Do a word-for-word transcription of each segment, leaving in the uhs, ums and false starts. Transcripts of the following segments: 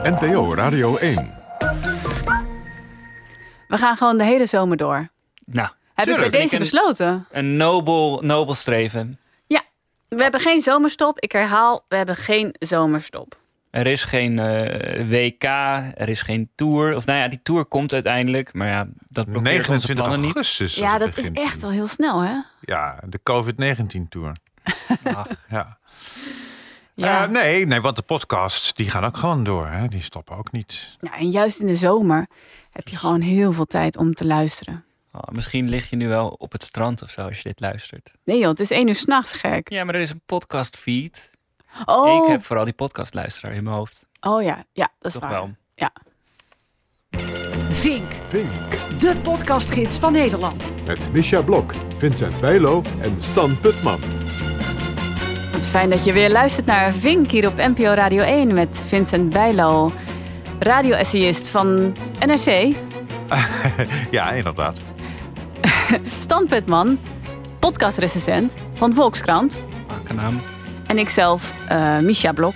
N P O Radio één. We gaan gewoon de hele zomer door. Nou, Heb ik bij deze een, besloten. Een nobel, nobel streven. Ja, we hebben geen zomerstop. Ik herhaal, we hebben geen zomerstop. Er is geen uh, W K, er is geen tour. Of nou ja, die tour komt uiteindelijk. Maar ja, dat blokkeert onze plannen niet. augustus. Ja, dat is echt al heel snel, hè? Ja, de covid negentien tour. Ach, ja. Ja. Uh, nee, nee, want de podcasts die gaan ook gewoon door. Hè? Die stoppen ook niet. Ja, en juist in de zomer heb je gewoon heel veel tijd om te luisteren. oh, misschien lig je nu wel op het strand of zo als je dit luistert. Nee joh, het is één uur 's nachts, gek. Ja, maar er is een podcastfeed. Oh. Ik heb vooral die podcastluisteraar in mijn hoofd. Oh ja, ja, dat is Toch waar. wel. Ja. Vink, Vink. de podcastgids van Nederland. Met Mischa Blok, Vincent Bijlo en Stan Putman. Wat fijn dat je weer luistert naar Vink hier op N P O Radio één met Vincent Bijlo, radio-essayist van N R C. Ja, inderdaad. Stan Putman, podcastrecensent van Volkskrant. Aangenaam. En ikzelf, uh, Mischa Blok.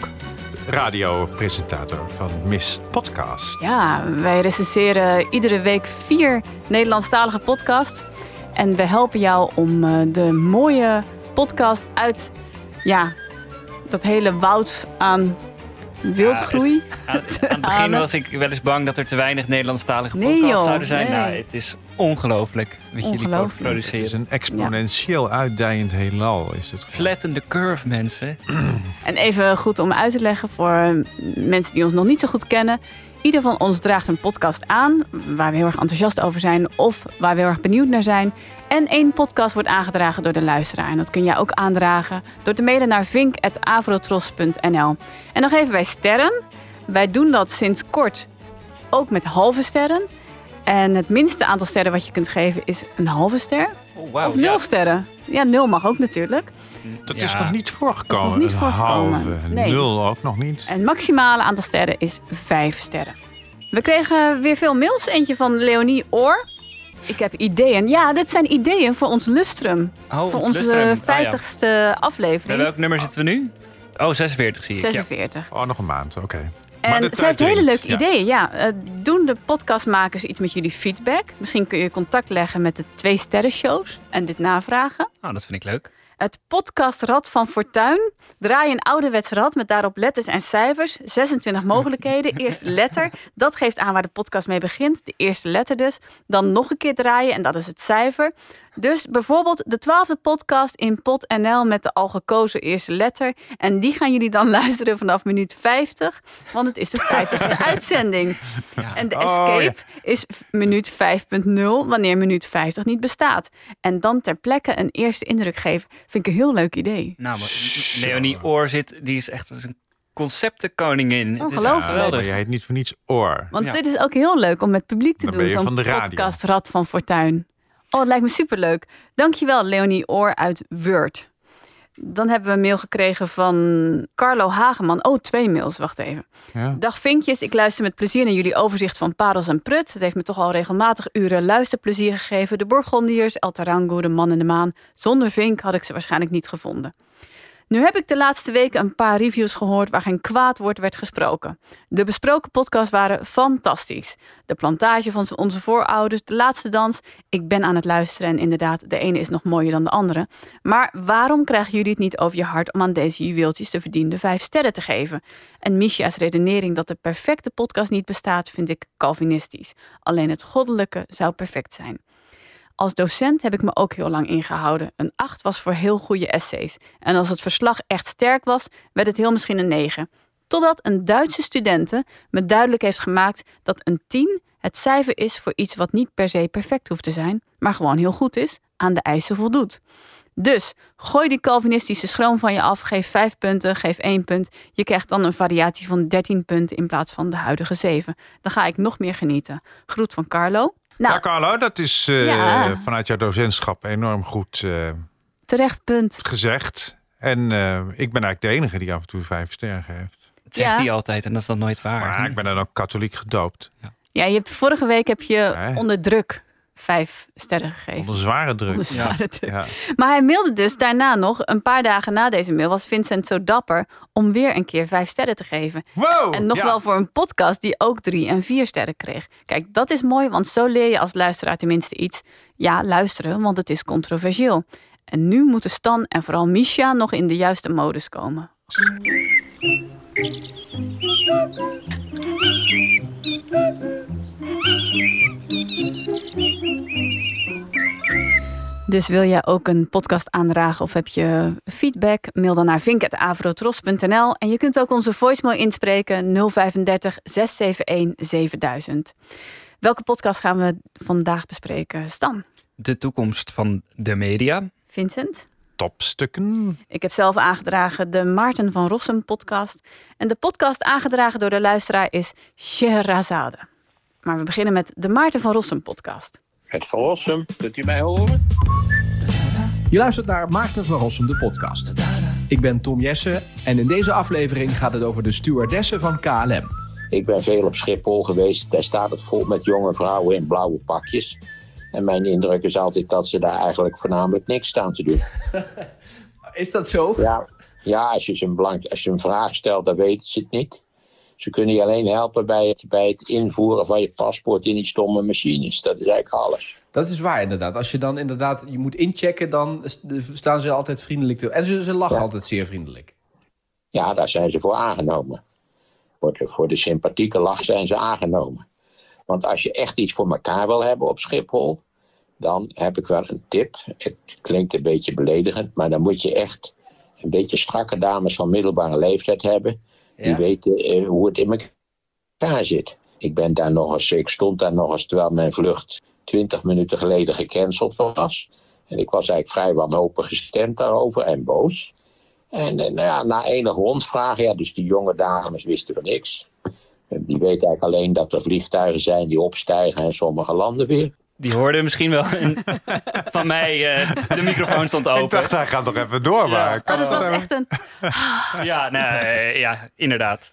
Radiopresentator van Miss Podcast. Ja, wij recenseren iedere week vier Nederlandstalige podcasts. En we helpen jou om uh, de mooie podcast uit ja, dat hele woud aan wildgroei. Ja, het, aan, aan het begin was ik wel eens bang dat er te weinig Nederlandstalige Nee, podcasts joh, zouden zijn. nee. Nou, het is ongelooflijk wat jullie Ongelooflijk. produceren. Het is een exponentieel uitdijend heelal. Is het gewoon. Flatten the curve, mensen. En even goed om uit te leggen voor mensen die ons nog niet zo goed kennen. Ieder van ons draagt een podcast aan waar we heel erg enthousiast over zijn of waar we heel erg benieuwd naar zijn. En één podcast wordt aangedragen door de luisteraar. En dat kun jij ook aandragen door te mailen naar vink at avrotros punt n l. En nog even bij sterren. Wij doen dat sinds kort ook met halve sterren. En het minste aantal sterren wat je kunt geven is een halve ster. Oh, wow, Of nul ja. sterren. Ja, nul mag ook natuurlijk. Dat Ja. is nog niet voorgekomen. Dat is nog niet Een voorgekomen. halve, Nee. nul ook nog niet. En het maximale aantal sterren is vijf sterren. We kregen weer veel mails. Eentje van Leonie Oor. Ik heb ideeën. Ja, dit zijn ideeën voor ons Lustrum. Oh, voor ons onze Lustrum. Oh, ja. vijftigste Bij aflevering. welk nummer zitten we nu? Oh, zesenveertig zie ik. Ja. zesenveertig. Oh, nog een maand, oké. En dit ze heeft hele uitdringt, leuke ja. ideeën. Ja, uh, doen de podcastmakers iets met jullie feedback? Misschien kun je contact leggen met de twee sterren shows en dit navragen. Oh, dat vind ik leuk. Het podcastrad van Fortuin. Draai een ouderwets rad met daarop letters en cijfers. zesentwintig mogelijkheden. Eerste letter. Dat geeft aan waar de podcast mee begint. De eerste letter dus. Dan nog een keer draaien en dat is het cijfer. Dus bijvoorbeeld de twaalfde podcast in Pod N L met de al gekozen eerste letter. En die gaan jullie dan luisteren vanaf minuut vijftig. Want het is de vijftigste uitzending. Ja. En de Oh, escape ja. is minuut vijf punt nul wanneer minuut vijftig niet bestaat. En dan ter plekke een eerste indruk geven. Vind ik een heel leuk idee. Nou, maar Leonie Oor zit, die is echt een conceptenkoningin. Het is Ongelooflijk. geweldig. Maar je heet niet voor niets Oor. Want Ja. dit is ook heel leuk om met publiek te Dan doen. ben je Zo'n van de radio. podcast Rad van Fortuin. Oh, het lijkt me superleuk. Dankjewel Leonie Oor uit Word. Dan hebben we een mail gekregen van Carlo Hageman. Oh, twee mails. Wacht even. Ja. Dag Vinkjes, ik luister met plezier naar jullie overzicht van Parels en Prut. Het heeft me toch al regelmatig uren luisterplezier gegeven. De Bourgondiërs, El Tarango, De Man in de Maan. Zonder Vink had ik ze waarschijnlijk niet gevonden. Nu heb ik de laatste weken een paar reviews gehoord waar geen kwaad woord werd gesproken. De besproken podcasts waren fantastisch. De plantage van onze voorouders, de laatste dans. Ik ben aan het luisteren en inderdaad, de ene is nog mooier dan de andere. Maar waarom krijgen jullie het niet over je hart om aan deze juweeltjes de verdiende vijf sterren te geven? En Mischa's redenering dat de perfecte podcast niet bestaat, vind ik Calvinistisch. Alleen het goddelijke zou perfect zijn. Als docent heb ik me ook heel lang ingehouden. Een acht was voor heel goede essays. En als het verslag echt sterk was, werd het heel misschien een negen. Totdat een Duitse studente me duidelijk heeft gemaakt dat een tien het cijfer is voor iets wat niet per se perfect hoeft te zijn, maar gewoon heel goed is, aan de eisen voldoet. Dus gooi die Calvinistische schroom van je af, geef vijf punten, geef één punt. Je krijgt dan een variatie van dertien punten in plaats van de huidige zeven. Dan ga ik nog meer genieten. Groet van Carlo. Nou, Ja, Carlo, dat is uh, Ja. vanuit jouw docentschap enorm goed uh, terecht punt. gezegd. En uh, ik ben eigenlijk de enige die af en toe vijf sterren geeft. Dat zegt Ja. hij altijd en dat is dan nooit waar. Maar ik ben dan ook katholiek gedoopt. Ja, je hebt vorige week heb je Nee. onder druk vijf sterren gegeven. Onder zware druk. Onder zware Ja. druk. Ja. Maar hij mailde dus daarna nog, een paar dagen na deze mail, was Vincent zo dapper om weer een keer vijf sterren te geven. Wow, En nog ja. wel voor een podcast die ook drie en vier sterren kreeg. Kijk, dat is mooi, want zo leer je als luisteraar tenminste iets. Ja, luisteren, want het is controversieel. En nu moeten Stan en vooral Misha nog in de juiste modus komen. Dus wil jij ook een podcast aandragen of heb je feedback? Mail dan naar vink apenstaartje avrotros punt n l. En je kunt ook onze voicemail inspreken nul vijfendertig zes zeven een zevenduizend. Welke podcast gaan we vandaag bespreken, Stan? De toekomst van de media. Vincent? Topstukken. Ik heb zelf aangedragen de Maarten van Rossum podcast. En de podcast aangedragen door de luisteraar is Scheherazade. Maar we beginnen met de Maarten van Rossum podcast. Het Van Rossum, kunt u mij horen? Je luistert naar Maarten van Rossum, de podcast. Ik ben Tom Jessen en in deze aflevering gaat het over de stewardessen van K L M. Ik ben veel op Schiphol geweest. Daar staat het vol met jonge vrouwen in blauwe pakjes. En mijn indruk is altijd dat ze daar eigenlijk voornamelijk niks staan te doen. Is dat zo? Ja, ja als, je ze een blank, als je een vraag stelt, dan weten ze het niet. Ze kunnen je alleen helpen bij het, bij het invoeren van je paspoort in die stomme machines. Dat is eigenlijk alles. Dat is waar inderdaad. Als je dan inderdaad je moet inchecken, dan staan ze altijd vriendelijk te. En ze, ze lachen Ja. altijd zeer vriendelijk. Ja, daar zijn ze voor aangenomen. Voor de, voor de sympathieke lach zijn ze aangenomen. Want als je echt iets voor elkaar wil hebben op Schiphol, dan heb ik wel een tip. Het klinkt een beetje beledigend, maar dan moet je echt een beetje strakke dames van middelbare leeftijd hebben. Die Ja. weten eh, hoe het in elkaar zit. Ik ben daar nog eens, ik stond daar nog eens terwijl mijn vlucht twintig minuten geleden gecanceld was. En ik was eigenlijk vrij wanhopig gestemd daarover en boos. En, en nou ja, na enig rondvragen, ja, dus die jonge dames wisten van niks. En die weten eigenlijk alleen dat er vliegtuigen zijn die opstijgen en sommige landen weer. Die hoorde misschien wel een, van mij. Uh, de microfoon stond open. Ik dacht, hij gaat nog even door, maar... Ja. kan Oh, dat het was dan- echt een... Ja, nou, uh, ja, inderdaad.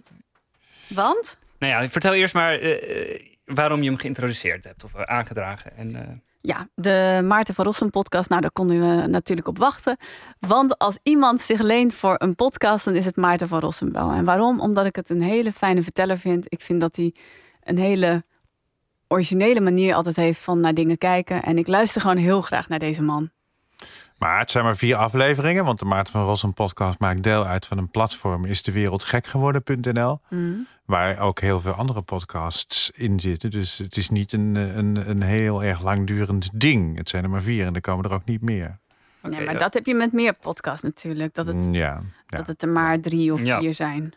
Want? Nou ja, vertel eerst maar uh, waarom je hem geïntroduceerd hebt of uh, aangedragen. En, uh... Ja, de Maarten van Rossum podcast, nou daar konden we natuurlijk op wachten. Want als iemand zich leent voor een podcast, dan is het Maarten van Rossum wel. En waarom? Omdat ik het een hele fijne verteller vind. Ik vind dat hij een hele originele manier altijd heeft van naar dingen kijken. En ik luister gewoon heel graag naar deze man. Maar het zijn maar vier afleveringen, want de Maarten van Rossum podcast maakt deel uit van een platform is de wereld gek geworden punt n l. Mm. Waar ook heel veel andere podcasts in zitten. Dus het is niet een, een, een heel erg langdurend ding. Het zijn er maar vier en er komen er ook niet meer. Nee, Oké, maar ja. dat heb je met meer podcasts natuurlijk. Dat het, Ja, ja. dat het er maar drie of Ja. vier zijn.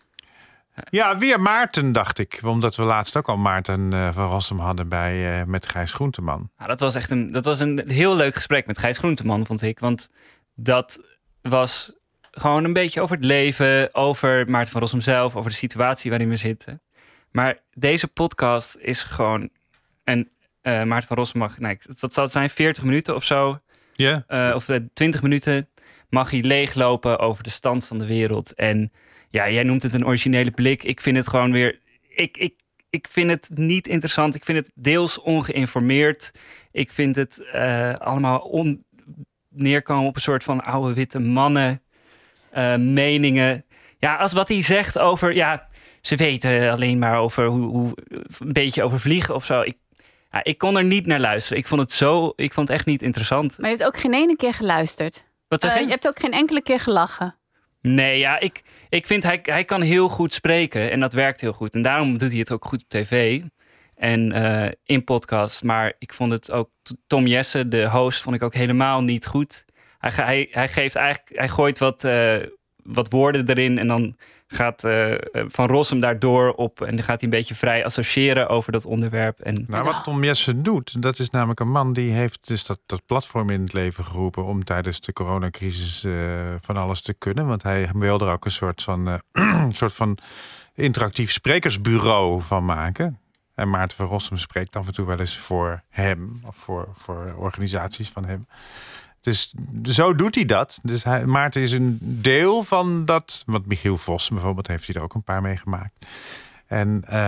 ja, weer Maarten, dacht ik. Omdat we laatst ook al Maarten uh, van Rossum hadden bij, uh, met Gijs Groenteman. Nou, dat was echt een, dat was een heel leuk gesprek met Gijs Groenteman, vond ik. Want dat was gewoon een beetje over het leven, over Maarten van Rossum zelf, over de situatie waarin we zitten. Maar deze podcast is gewoon... En uh, Maarten van Rossum mag... Nee, wat zal het zijn? veertig minuten of zo? Ja? Uh, of uh, twintig minuten mag hij leeglopen over de stand van de wereld. En ja, jij noemt het een originele blik. Ik vind het gewoon weer... Ik, ik, ik vind het niet interessant. Ik vind het deels ongeïnformeerd. Ik vind het uh, allemaal on, neerkomen op een soort van oude witte mannen uh, meningen. Ja, als wat hij zegt over... Ja, ze weten alleen maar over hoe, hoe een beetje over vliegen of zo. Ik, ja, ik kon er niet naar luisteren. Ik vond het zo... Ik vond het echt niet interessant. Maar je hebt ook geen ene keer geluisterd. Wat zeg Uh, je? je hebt ook geen enkele keer gelachen. Nee, ja, ik, ik vind hij, hij kan heel goed spreken en dat werkt heel goed. En daarom doet hij het ook goed op tv en uh, in podcast. Maar ik vond het ook, Tom Jessen, de host, vond ik ook helemaal niet goed. Hij, hij, hij geeft eigenlijk, hij gooit wat, uh, wat woorden erin en dan gaat uh, Van Rossum daardoor op. En dan gaat hij een beetje vrij associëren over dat onderwerp. En Nou, wat Tom Jessen doet, dat is namelijk een man die heeft dus dat, dat platform in het leven geroepen om tijdens de coronacrisis uh, van alles te kunnen. Want hij wilde er ook een soort van, uh, soort van interactief sprekersbureau van maken. En Maarten van Rossum spreekt af en toe wel eens voor hem of voor, voor organisaties van hem. Dus zo doet hij dat. Dus hij, Maarten is een deel van dat. Want Michiel Vos bijvoorbeeld heeft hij er ook een paar meegemaakt. En uh,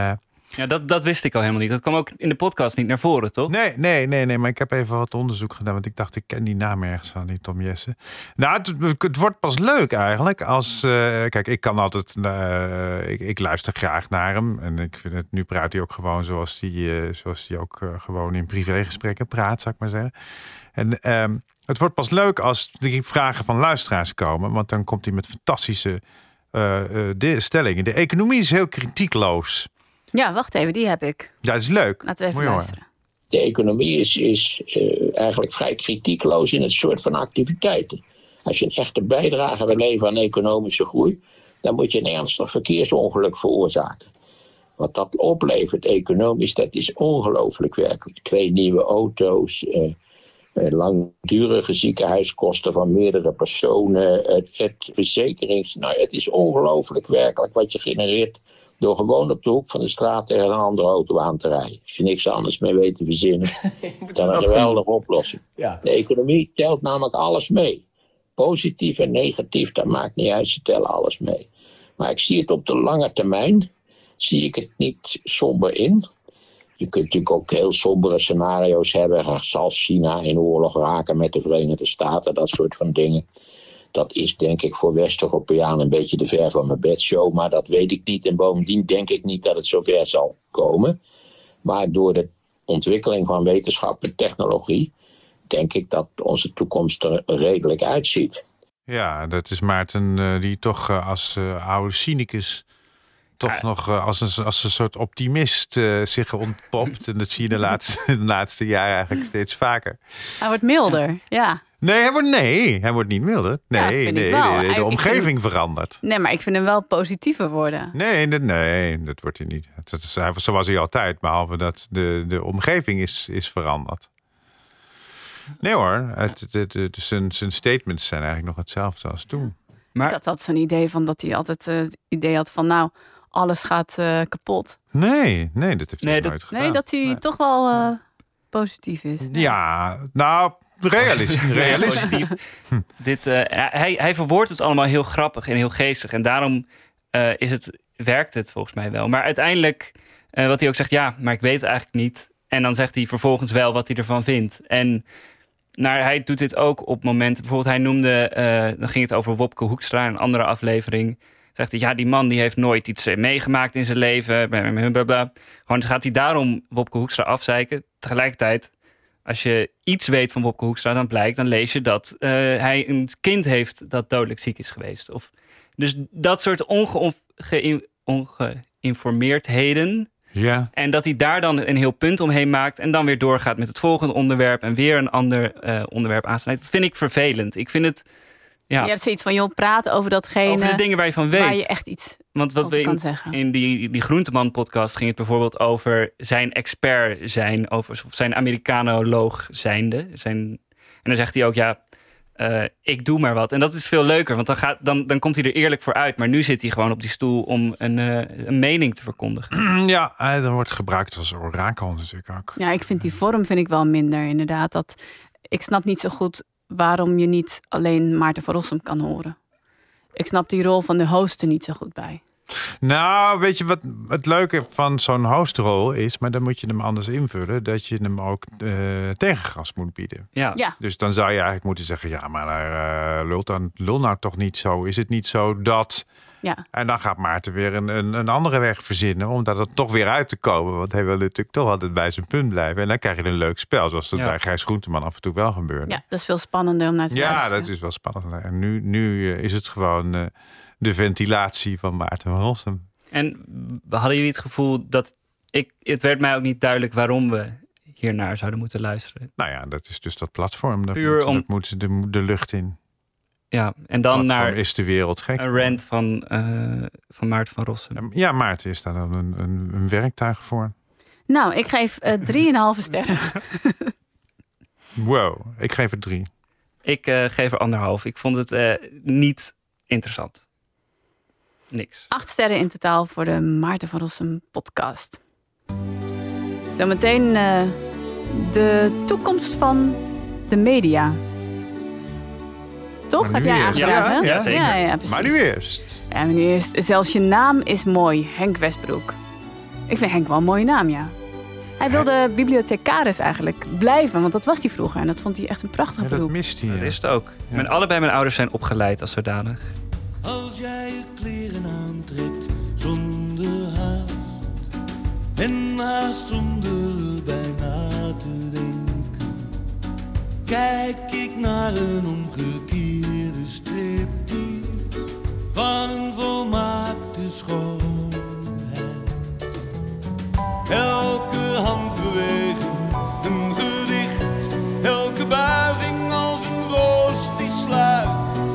Ja, dat, dat wist ik al helemaal niet. Dat kwam ook in de podcast niet naar voren, toch? Nee, nee, nee, nee. Maar ik heb even wat onderzoek gedaan. Want ik dacht, ik ken die naam ergens van, die Tom Jessen. Nou, het, het wordt pas leuk eigenlijk. Als, uh, kijk, ik kan altijd... Uh, ik, ik luister graag naar hem. En ik vind het, nu praat hij ook gewoon zoals hij, uh, zoals hij ook uh, gewoon in privégesprekken praat, zou ik maar zeggen. En um, het wordt pas leuk als die vragen van luisteraars komen. Want dan komt hij met fantastische uh, uh, de stellingen. De economie is heel kritiekloos. Ja, wacht even, die heb ik. Ja, dat is leuk. Laten we even Mooi luisteren. De economie is, is uh, eigenlijk vrij kritiekloos in het soort van activiteiten. Als je een echte bijdrage wil leveren aan economische groei, dan moet je een ernstig verkeersongeluk veroorzaken. Wat dat oplevert economisch, dat is ongelooflijk werkelijk. Twee nieuwe auto's, uh, uh, langdurige ziekenhuiskosten van meerdere personen, het, het verzekerings... Nou, het is ongelooflijk werkelijk wat je genereert door gewoon op de hoek van de straat tegen een andere auto aan te rijden. Als je niks anders mee weet te verzinnen, dan een geweldige oplossing. Ja. De economie telt namelijk alles mee. Positief en negatief, dat maakt niet uit, ze tellen alles mee. Maar ik zie het op de lange termijn, zie ik het niet somber in. Je kunt natuurlijk ook heel sombere scenario's hebben. Zal China in oorlog raken met de Verenigde Staten, dat soort van dingen. Dat is denk ik voor West-Europeanen een beetje de ver van mijn bedshow. Maar dat weet ik niet. En bovendien denk ik niet dat het zover zal komen. Maar door de ontwikkeling van wetenschap en technologie denk ik dat onze toekomst er redelijk uitziet. Ja, dat is Maarten uh, die toch uh, als uh, oude cynicus toch ja. nog uh, als, een, als een soort optimist uh, zich ontpopt. En dat zie je de laatste, de laatste jaren eigenlijk steeds vaker. Hij wordt milder, ja. ja. Nee, hij wordt, nee, hij wordt niet milder. Nee, ja, nee, nee de, de omgeving hem, verandert. Nee, maar ik vind hem wel positiever worden. Nee, dat, nee, dat wordt hij niet. Dat is, zo was hij altijd, behalve dat de, de omgeving is, is veranderd. Nee hoor, het, het, het, het, zijn, zijn statements zijn eigenlijk nog hetzelfde als toen. Maar ik had, had zo'n idee van dat hij altijd uh, het idee had van nou, alles gaat uh, kapot. Nee, nee, dat heeft hij nee, nooit dat, gedaan. Nee, dat hij nee. toch wel uh, positief is. Ja, nou, realistisch. realistisch. hm. Dit, uh, hij, hij verwoordt het allemaal heel grappig en heel geestig. En daarom uh, is het, werkt het volgens mij wel. Maar uiteindelijk, uh, wat hij ook zegt, ja, maar ik weet het eigenlijk niet. En dan zegt hij vervolgens wel wat hij ervan vindt. En nou, hij doet dit ook op momenten. Bijvoorbeeld hij noemde, uh, dan ging het over Wopke Hoekstra, een andere aflevering. Zegt hij, ja, die man die heeft nooit iets meegemaakt in zijn leven. Blablabla. Gewoon gaat hij daarom Wopke Hoekstra afzeiken. Tegelijkertijd, als je iets weet van Wopke Hoekstra, dan blijkt, dan lees je dat uh, hij een kind heeft dat dodelijk ziek is geweest. Of, dus dat soort onge- ongeïnformeerdheden. Ja. En dat hij daar dan een heel punt omheen maakt en dan weer doorgaat met het volgende onderwerp en weer een ander uh, onderwerp aansnijdt. Dat vind ik vervelend. Ik vind het... Ja. Je hebt zoiets van, joh, praat over datgene over de dingen waar je van weet. Waar je echt iets Want wat over we kan in, zeggen. In die, die Groenteman-podcast ging het bijvoorbeeld over zijn expert zijn, over zijn Amerikanoloog zijnde. Zijn, en dan zegt hij ook, ja, uh, ik doe maar wat. En dat is veel leuker, want dan, gaat, dan, dan komt hij er eerlijk voor uit. Maar nu zit hij gewoon op die stoel om een, uh, een mening te verkondigen. Ja, dat wordt gebruikt als orakel natuurlijk ook. Ja, ik vind die vorm vind ik wel minder, inderdaad. Dat, ik snap niet zo goed waarom je niet alleen Maarten van Rossum kan horen. Ik snap die rol van de host er niet zo goed bij. Nou, weet je wat het leuke van zo'n hostrol is? Maar dan moet je hem anders invullen. Dat je hem ook uh, tegengas moet bieden. Ja. Ja. Dus dan zou je eigenlijk moeten zeggen, ja, maar uh, lul, dan, lul nou toch niet zo. Is het niet zo dat... Ja. En dan gaat Maarten weer een, een, een andere weg verzinnen om dat er toch weer uit te komen. Want hij wil natuurlijk toch altijd bij zijn punt blijven. En dan krijg je een leuk spel, zoals dat ja. bij Gijs Groenteman af en toe wel gebeurde. Ja, dat is veel spannender om naar te ja, luisteren. Ja, dat is wel spannend. En nu, nu is het gewoon uh, de ventilatie van Maarten van Rossum. En hadden jullie het gevoel dat... Ik, het werd mij ook niet duidelijk waarom we hiernaar zouden moeten luisteren. Nou ja, dat is dus dat platform. Dat Puur moet, om... dat moet de, de lucht in. Ja, en dan naar is de wereld gek. Een rant van, uh, van Maarten van Rossum. Ja, Maarten is daar dan een, een, een werktuig voor. Nou, ik geef uh, drieënhalve sterren. Wow, ik geef er drie. Ik uh, geef er anderhalf. Ik vond het uh, niet interessant. Niks. Acht sterren in totaal voor de Maarten van Rossum podcast. Zometeen uh, de toekomst van de media. Toch? Heb jij aangeraden? Ja, ja, zeker. Ja, ja, precies. Maar nu eerst. Ja, maar nu eerst. Zelfs je naam is mooi, Henk Westbroek. Ik vind Henk wel een mooie naam, ja. Hij wilde bibliothecaris eigenlijk blijven, want dat was hij vroeger. En dat vond hij echt een prachtig Ja, beroep. dat mist hij. Dat ja. is het ook. Ja. Mijn, allebei mijn ouders zijn opgeleid als zodanig. Als jij je kleren aantrekt zonder haast en haast zonder bijna te denken, kijk ik naar een omgekeerde striptease van een volmaakte schoonheid. Elke handbeweging een gedicht, elke buiging als een roos die sluit.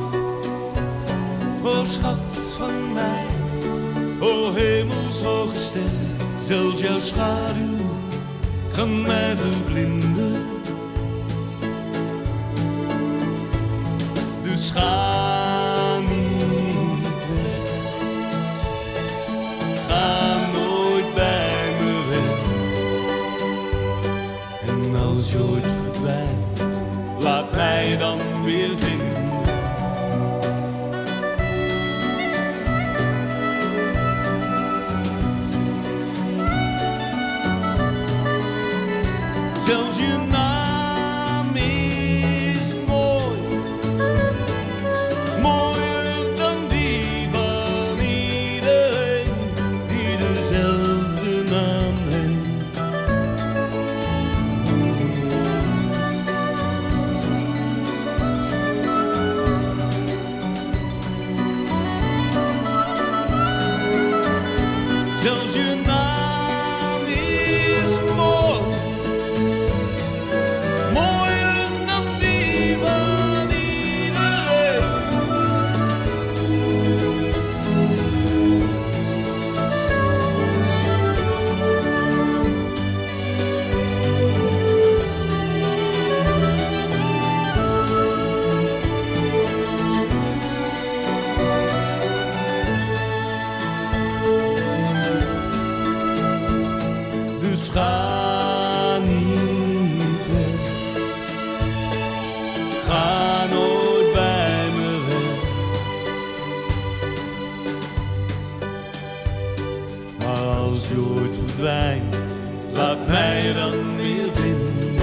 O schat van mij, o hemelshoge ster, zelfs jouw schaduw kan mij verblinden. Dus ga niet weg, ga nooit bij me weg. En als je ooit verdwijnt, laat mij dan weer vinden. Zelfs je naam is mooi, mooier dan die van iedereen die dezelfde naam heeft. Zelfs je naam is mooi. Mooier dan die van iedereen. Dus ga niet weg. Ga nooit bij me weg. Maar als je ooit verdwijnt, laat mij dan weer vinden.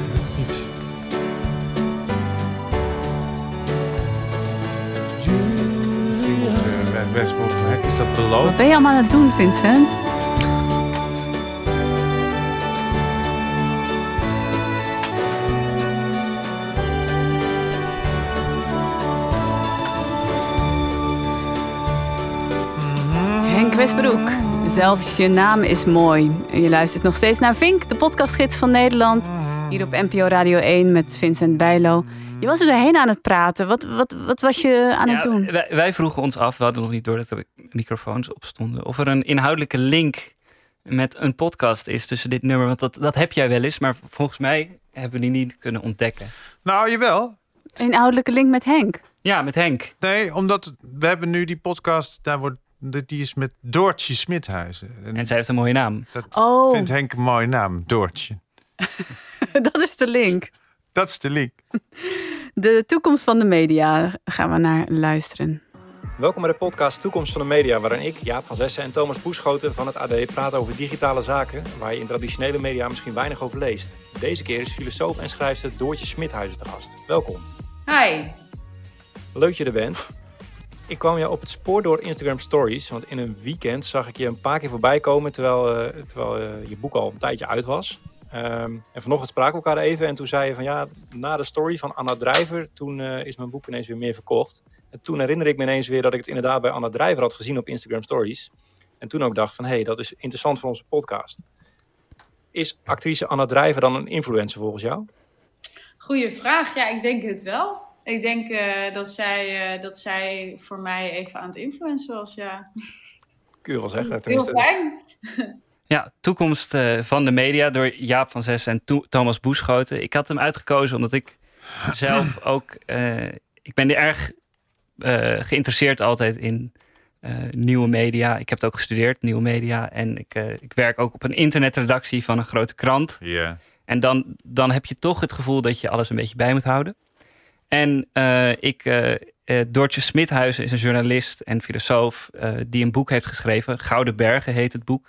Julia. Uh, Westbroek, is dat beloofd? Wat ben je allemaal aan het doen, Vincent? Henk Westbroek, zelfs je naam is mooi. En je luistert nog steeds naar Vink, de podcastgids van Nederland. Hier op N P O Radio één met Vincent Bijlo. Je was er doorheen aan het praten. Wat, wat, wat was je aan Ja, het doen? Wij, wij vroegen ons af, we hadden nog niet door dat er microfoons op stonden, of er een inhoudelijke link met een podcast is tussen dit nummer. Want dat, dat heb jij wel eens, maar volgens mij hebben we die niet kunnen ontdekken. Nou, jawel. Een inhoudelijke link met Henk. Ja, met Henk. Nee, omdat we hebben nu die podcast, daar wordt, die is met Doortje Smithuizen. En zij heeft een mooie naam. Dat Oh. vindt Henk een mooie naam, Doortje. Dat is de link. Dat is de link. De toekomst van de media gaan we naar luisteren. Welkom bij de podcast Toekomst van de Media, waarin ik, Jaap van Zessen en Thomas Boeschoten van het A D praten over digitale zaken, waar je in traditionele media misschien weinig over leest. Deze keer is filosoof en schrijfster Doortje Smithuizen te gast. Welkom. Hi. Leuk dat je er bent. Ik kwam jou op het spoor door Instagram Stories, want in een weekend zag ik je een paar keer voorbij komen terwijl, uh, terwijl uh, je boek al een tijdje uit was. Um, en vanochtend spraken we elkaar even en toen zei je van ja, na de story van Anna Drijver, toen uh, is mijn boek ineens weer meer verkocht. En toen herinnerde ik me ineens weer dat ik het inderdaad bij Anna Drijver had gezien op Instagram Stories. En toen ook dacht van hé, hey, dat is interessant voor onze podcast. Is actrice Anna Drijver dan een influencer volgens jou? Goeie vraag. Ja, ik denk het wel. Ik denk uh, dat, zij, uh, dat zij voor mij even aan het influencen was, ja. Kun je wel zeggen. Heel Tenminste. fijn. Ja, toekomst uh, van de media door Jaap van Zessen en to- Thomas Boeschoten. Ik had hem uitgekozen omdat ik zelf ook... Uh, ik ben erg uh, geïnteresseerd altijd in uh, nieuwe media. Ik heb het ook gestudeerd, nieuwe media. En ik, uh, ik werk ook op een internetredactie van een grote krant. Ja. Yeah. En dan, dan heb je toch het gevoel dat je alles een beetje bij moet houden. En uh, ik... Uh, Uh, Doortje Smithuizen is een journalist en filosoof uh, die een boek heeft geschreven. Gouden Bergen heet het boek.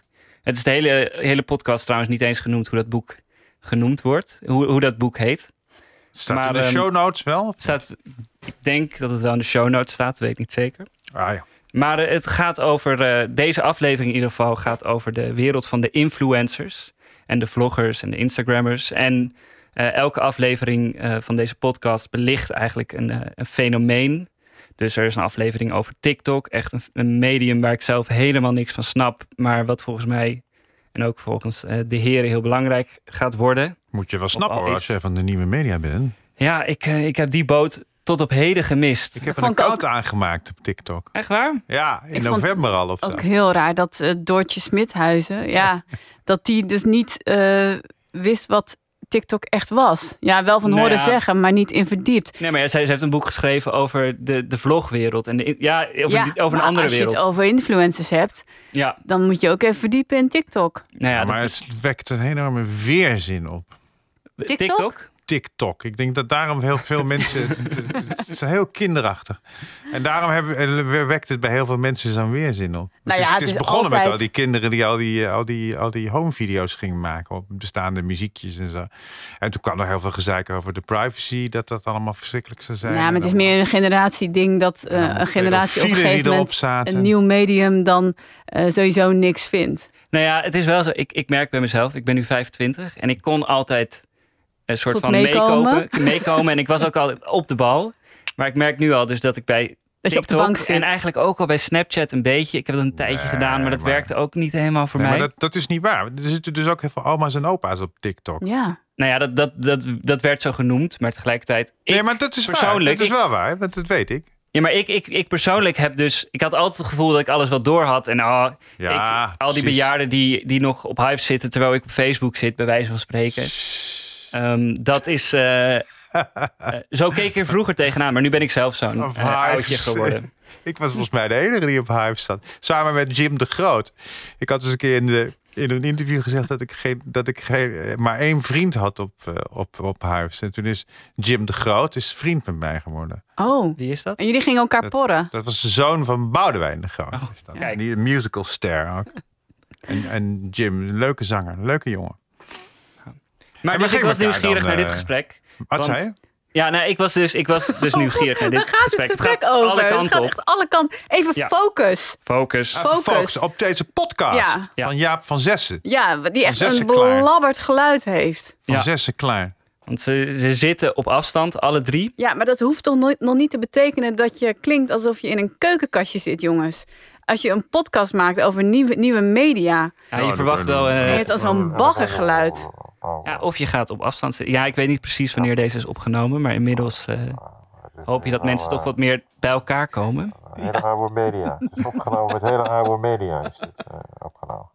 Het is de hele, hele podcast trouwens niet eens genoemd hoe dat boek genoemd wordt. Hoe, hoe dat boek heet. Staat maar, in de um, show notes wel? Staat, ik denk dat het wel in de show notes staat, weet ik niet zeker. Ah, ja. Maar uh, het gaat over, uh, deze aflevering in ieder geval, gaat over de wereld van de influencers. En de vloggers en de Instagrammers. En uh, elke aflevering uh, van deze podcast belicht eigenlijk een, uh, een fenomeen. Dus er is een aflevering over TikTok. Echt een, een medium waar ik zelf helemaal niks van snap. Maar wat volgens mij en ook volgens uh, de heren heel belangrijk gaat worden. Moet je wel snappen hoor, is... als je van de nieuwe media bent. Ja, ik, uh, ik heb die boot tot op heden gemist. Ik heb een account ook... aangemaakt op TikTok. Echt waar? Ja, in ik november al of zo. Ook heel raar dat uh, Doortje Smithuizen, ja, dat die dus niet uh, wist wat TikTok echt was. Ja, wel van nou horen ja. zeggen, maar niet in verdiept. Nee, maar ja, zij ze heeft een boek geschreven over de, de vlogwereld. En de, ja, over, ja, die, over een andere als wereld. Als je het over influencers hebt, ja. dan moet je ook even verdiepen in TikTok. Nou ja, ja, maar is... het wekt een enorme weerzin op. TikTok? TikTok? TikTok. Ik denk dat daarom heel veel mensen... Het is heel kinderachtig. En daarom hebben, wekt het bij heel veel mensen zo'n weerzin op. Nou ja, het is, het het is is begonnen altijd... met al die kinderen die al die, al die, al die home-video's gingen maken. Op bestaande muziekjes en zo. En toen kwam er heel veel gezeik over de privacy. Dat dat allemaal verschrikkelijk zou zijn. Ja, maar het is meer een generatieding dat uh, ja, een generatie op een gegeven moment zaten. een nieuw medium dan uh, sowieso niks vindt. Nou ja, het is wel zo. Ik, ik merk bij mezelf, ik ben nu vijfentwintig en ik kon altijd een soort Goed van meekomen. meekopen, meekomen. En ik was ook altijd op de bal. Maar ik merk nu al dus dat ik bij dat je op de TikTok bank zit. en eigenlijk ook al bij Snapchat een beetje. Ik heb dat een tijdje nee, gedaan, maar dat maar... werkte ook niet helemaal voor nee, mij. Maar dat, dat is niet waar. Er zitten dus ook heel veel oma's en opa's op TikTok. Ja. Nou ja, dat, dat, dat, dat werd zo genoemd, maar tegelijkertijd... Ik nee, maar dat is persoonlijk, waar. Dat is ik, wel waar, want dat weet ik. Ja, maar ik, ik, ik persoonlijk heb dus... Ik had altijd het gevoel dat ik alles wel door had. En oh, ja, ik, al die bejaarden die, die nog op Hive zitten terwijl ik op Facebook zit, bij wijze van spreken. Um, dat is... Uh, uh, zo keek ik er vroeger tegenaan, maar nu ben ik zelf zo'n uh, oudje geworden. Ik was volgens mij de enige die op Hive zat. Samen met Jim de Groot. Ik had dus een keer in, de, in een interview gezegd dat ik, geen, dat ik geen, maar één vriend had op, uh, op, op Hive. En toen is Jim de Groot is vriend met mij geworden. Oh, wie is dat? En jullie gingen elkaar dat, porren? Dat was de zoon van Boudewijn de Groot. Oh, is dat. ja. Die musical ster ook. en, en Jim, een leuke zanger, een leuke jongen. Maar en dus ik was nieuwsgierig dan, naar dit uh, gesprek. Wat zei je? Ja, nou, ik was dus, ik was dus nieuwsgierig naar dit Waar gaat gesprek. het gesprek het gaat over? alle kanten het gaat op. echt alle kanten. Even Ja. focus. Focus. Uh, Focus. focus op deze podcast Ja. van Jaap van Zessen. Ja, die echt Zessen een klaar. belabberd geluid heeft. Van Ja. Zessen klaar. Want ze, ze zitten op afstand, alle drie. Ja, maar dat hoeft toch nooit, nog niet te betekenen dat je klinkt alsof je in een keukenkastje zit, jongens. Als je een podcast maakt over nieuwe, nieuwe media. Ja, je verwacht wel... Uh, En je hebt al zo'n baggergeluid. ja, of je gaat op afstand zitten. Ja, ik weet niet precies wanneer deze is opgenomen. Maar inmiddels uh, hoop je dat mensen toch wat meer bij elkaar komen. Hele oude media. Het is opgenomen met hele oude media. Is het, uh, opgenomen.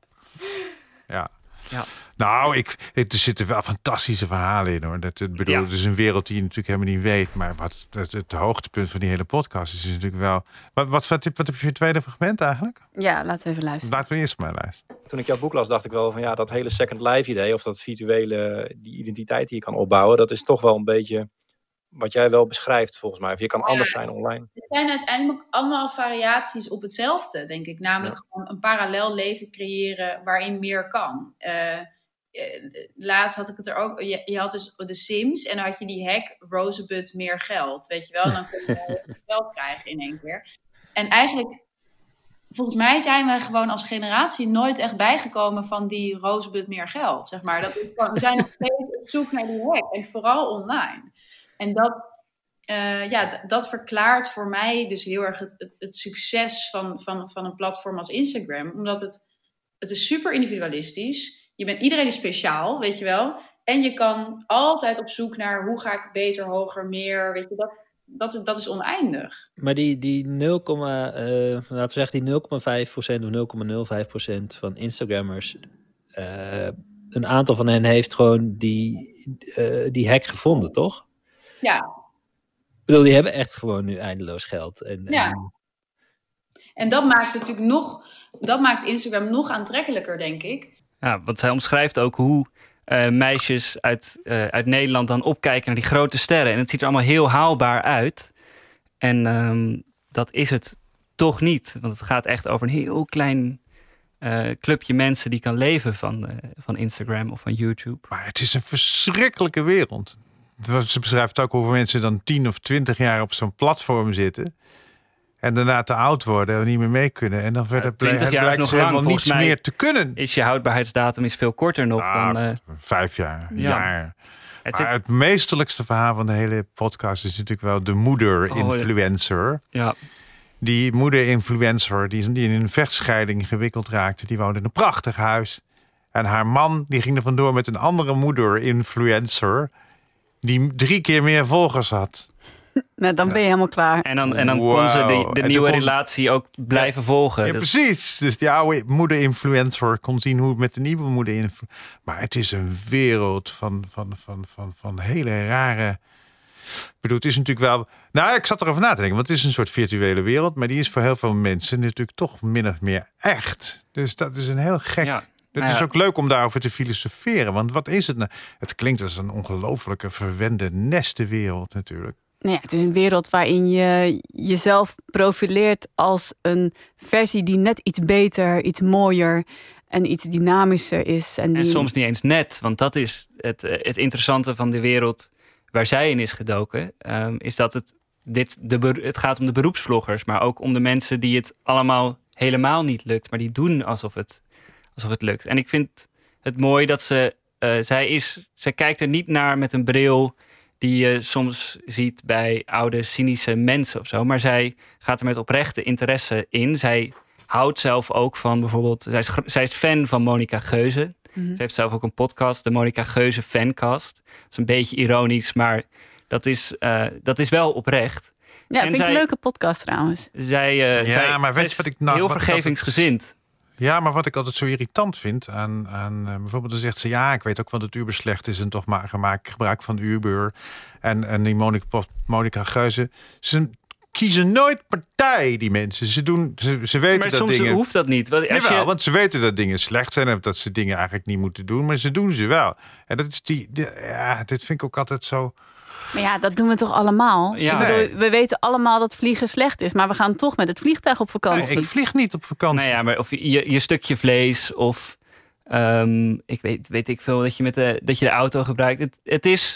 Ja. Ja. Nou, ik, ik, er zitten wel fantastische verhalen in hoor. Dat, het bedoel, Ja. Het is een wereld die je natuurlijk helemaal niet weet. Maar wat, het, het hoogtepunt van die hele podcast is, is natuurlijk wel... Wat, wat, wat, wat heb je voor tweede fragment eigenlijk? Ja, laten we even luisteren. Laten we eerst maar luisteren. Toen ik jouw boek las, dacht ik wel van ja, dat hele Second Life idee, of dat virtuele, die identiteit die je kan opbouwen, dat is toch wel een beetje wat jij wel beschrijft volgens mij. Of je kan Ja. anders zijn online. Het zijn uiteindelijk allemaal variaties op hetzelfde, denk ik. Namelijk Ja. gewoon een parallel leven creëren waarin meer kan. Uh, uh, laatst had ik het er ook... Je, je had dus de Sims en dan had je die hack Rosebud meer geld. Weet je wel? En dan kun je geld krijgen in één keer. En eigenlijk... Volgens mij zijn we gewoon als generatie nooit echt bijgekomen van die Rosebud meer geld. Zeg maar. Dat is gewoon, we zijn nog steeds op zoek naar die hack. En vooral online. En dat, uh, ja, d- dat verklaart voor mij dus heel erg het, het, het succes van, van, van een platform als Instagram. Omdat het, het is super individualistisch. Je bent, iedereen is speciaal, weet je wel. En je kan altijd op zoek naar hoe ga ik beter, hoger, meer. Weet je, dat, dat, dat is oneindig. Maar die, die nul, uh, laten we zeggen die nul komma vijf procent of nul komma nul vijf procent van Instagrammers... Uh, een aantal van hen heeft gewoon die, uh, die hack gevonden, toch? Ja. Ik bedoel, die hebben echt gewoon nu eindeloos geld. En, ja. En... en dat maakt natuurlijk nog... Dat maakt Instagram nog aantrekkelijker, denk ik. Ja, want zij omschrijft ook hoe uh, meisjes uit, uh, uit Nederland dan opkijken naar die grote sterren. En het ziet er allemaal heel haalbaar uit. En um, dat is het toch niet. Want het gaat echt over een heel klein uh, clubje mensen die kan leven van, uh, van Instagram of van YouTube. Maar het is een verschrikkelijke wereld. Ze beschrijft ook hoeveel mensen dan tien of twintig jaar op zo'n platform zitten. En daarna te oud worden en niet meer mee kunnen. En dan verder ja, twintig jaar is nog lang. helemaal niets meer te kunnen. Is je houdbaarheidsdatum is veel korter nog ah, dan... Uh, vijf jaar, ja. jaar. Het, maar het meesterlijkste verhaal van de hele podcast is natuurlijk wel de moeder-influencer. Oh, ja. Die moeder-influencer die, die in een vechtscheiding gewikkeld raakte. Die woonde in een prachtig huis. En haar man die ging er vandoor met een andere moeder-influencer. Die drie keer meer volgers had. Nou, dan ben je helemaal klaar. En dan, en dan wow. kon ze de, de en nieuwe kon... relatie ook blijven ja, volgen. Ja, dat... precies. Dus die oude moeder-influencer kon zien hoe het met de nieuwe moeder-influencer... Maar het is een wereld van, van, van, van, van hele rare... Ik bedoel, het is natuurlijk wel... Nou, ik zat erover na te denken, want het is een soort virtuele wereld... maar die is voor heel veel mensen natuurlijk toch min of meer echt. Dus dat is een heel gek... Ja. Het nou is ja. ook leuk om daarover te filosoferen. Want wat is het nou? Het klinkt als een ongelofelijke verwende nestenwereld natuurlijk. Nou ja, het is een wereld waarin je jezelf profileert als een versie die net iets beter, iets mooier en iets dynamischer is. En, die... en soms niet eens net, want dat is het, het interessante van de wereld waar zij in is gedoken. Um, is dat het, dit de, het gaat om de beroepsvloggers, maar ook om de mensen die het allemaal helemaal niet lukt, maar die doen alsof het, alsof het lukt. En ik vind het mooi dat ze, uh, zij is, zij kijkt er niet naar met een bril die je soms ziet bij oude cynische mensen of zo. Maar zij gaat er met oprechte interesse in. Zij houdt zelf ook van bijvoorbeeld... Zij is, zij is fan van Monica Geuze. Mm-hmm. Ze heeft zelf ook een podcast, de Monica Geuze Fancast. Dat is een beetje ironisch, maar dat is, uh, dat is wel oprecht. Ja, en vind zij, ik een leuke podcast trouwens. Zij, uh, ja, zij, maar weet je wat ik nou... heel vergevingsgezind. Ja, maar wat ik altijd zo irritant vind aan, aan uh, bijvoorbeeld dan zegt ze... ja, ik weet ook wel dat Uber slecht is en toch maar gemaakt gebruik van Uber. En, en die Monica, Monica Geuze, ze kiezen nooit partij, die mensen. Ze, doen, ze, ze weten maar dat soms dingen... hoeft dat niet. Als Jawel, je... want ze weten dat dingen slecht zijn en dat ze dingen eigenlijk niet moeten doen. Maar ze doen ze wel. En dat is die... die ja, dit vind ik ook altijd zo... Maar ja, dat doen we toch allemaal? Ja. Ik bedoel, Nee. we weten allemaal dat vliegen slecht is, maar we gaan toch met het vliegtuig op vakantie. Nee, ik vlieg niet op vakantie. Nou ja, maar of je, je stukje vlees of um, ik weet, weet ik veel dat je met de dat je de auto gebruikt. Het, het is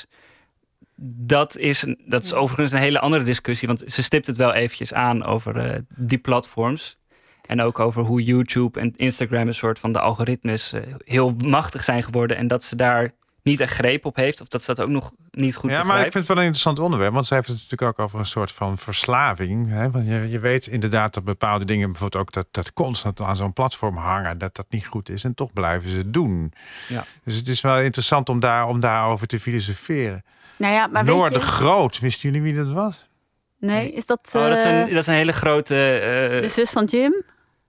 dat is dat is overigens een hele andere discussie, want ze stipt het wel eventjes aan over uh, die platforms en ook over hoe YouTube en Instagram een soort van de algoritmes uh, heel machtig zijn geworden en dat ze daar niet echt greep op heeft, of dat ze dat ook nog niet goed Ja, begrijpt. maar ik vind het wel een interessant onderwerp, want zij heeft het natuurlijk ook over een soort van verslaving. Hè? Want je, je weet inderdaad dat bepaalde dingen, bijvoorbeeld ook dat, dat constant aan zo'n platform hangen, dat dat niet goed is en toch blijven ze het doen. Ja. Dus het is wel interessant om, daar, om daarover te filosoferen. Nou ja, maar Noor weet de je... Groot, wisten jullie wie dat was? Nee, is dat... Oh, dat, is een, uh, dat is een hele grote... Uh, de zus van Jim?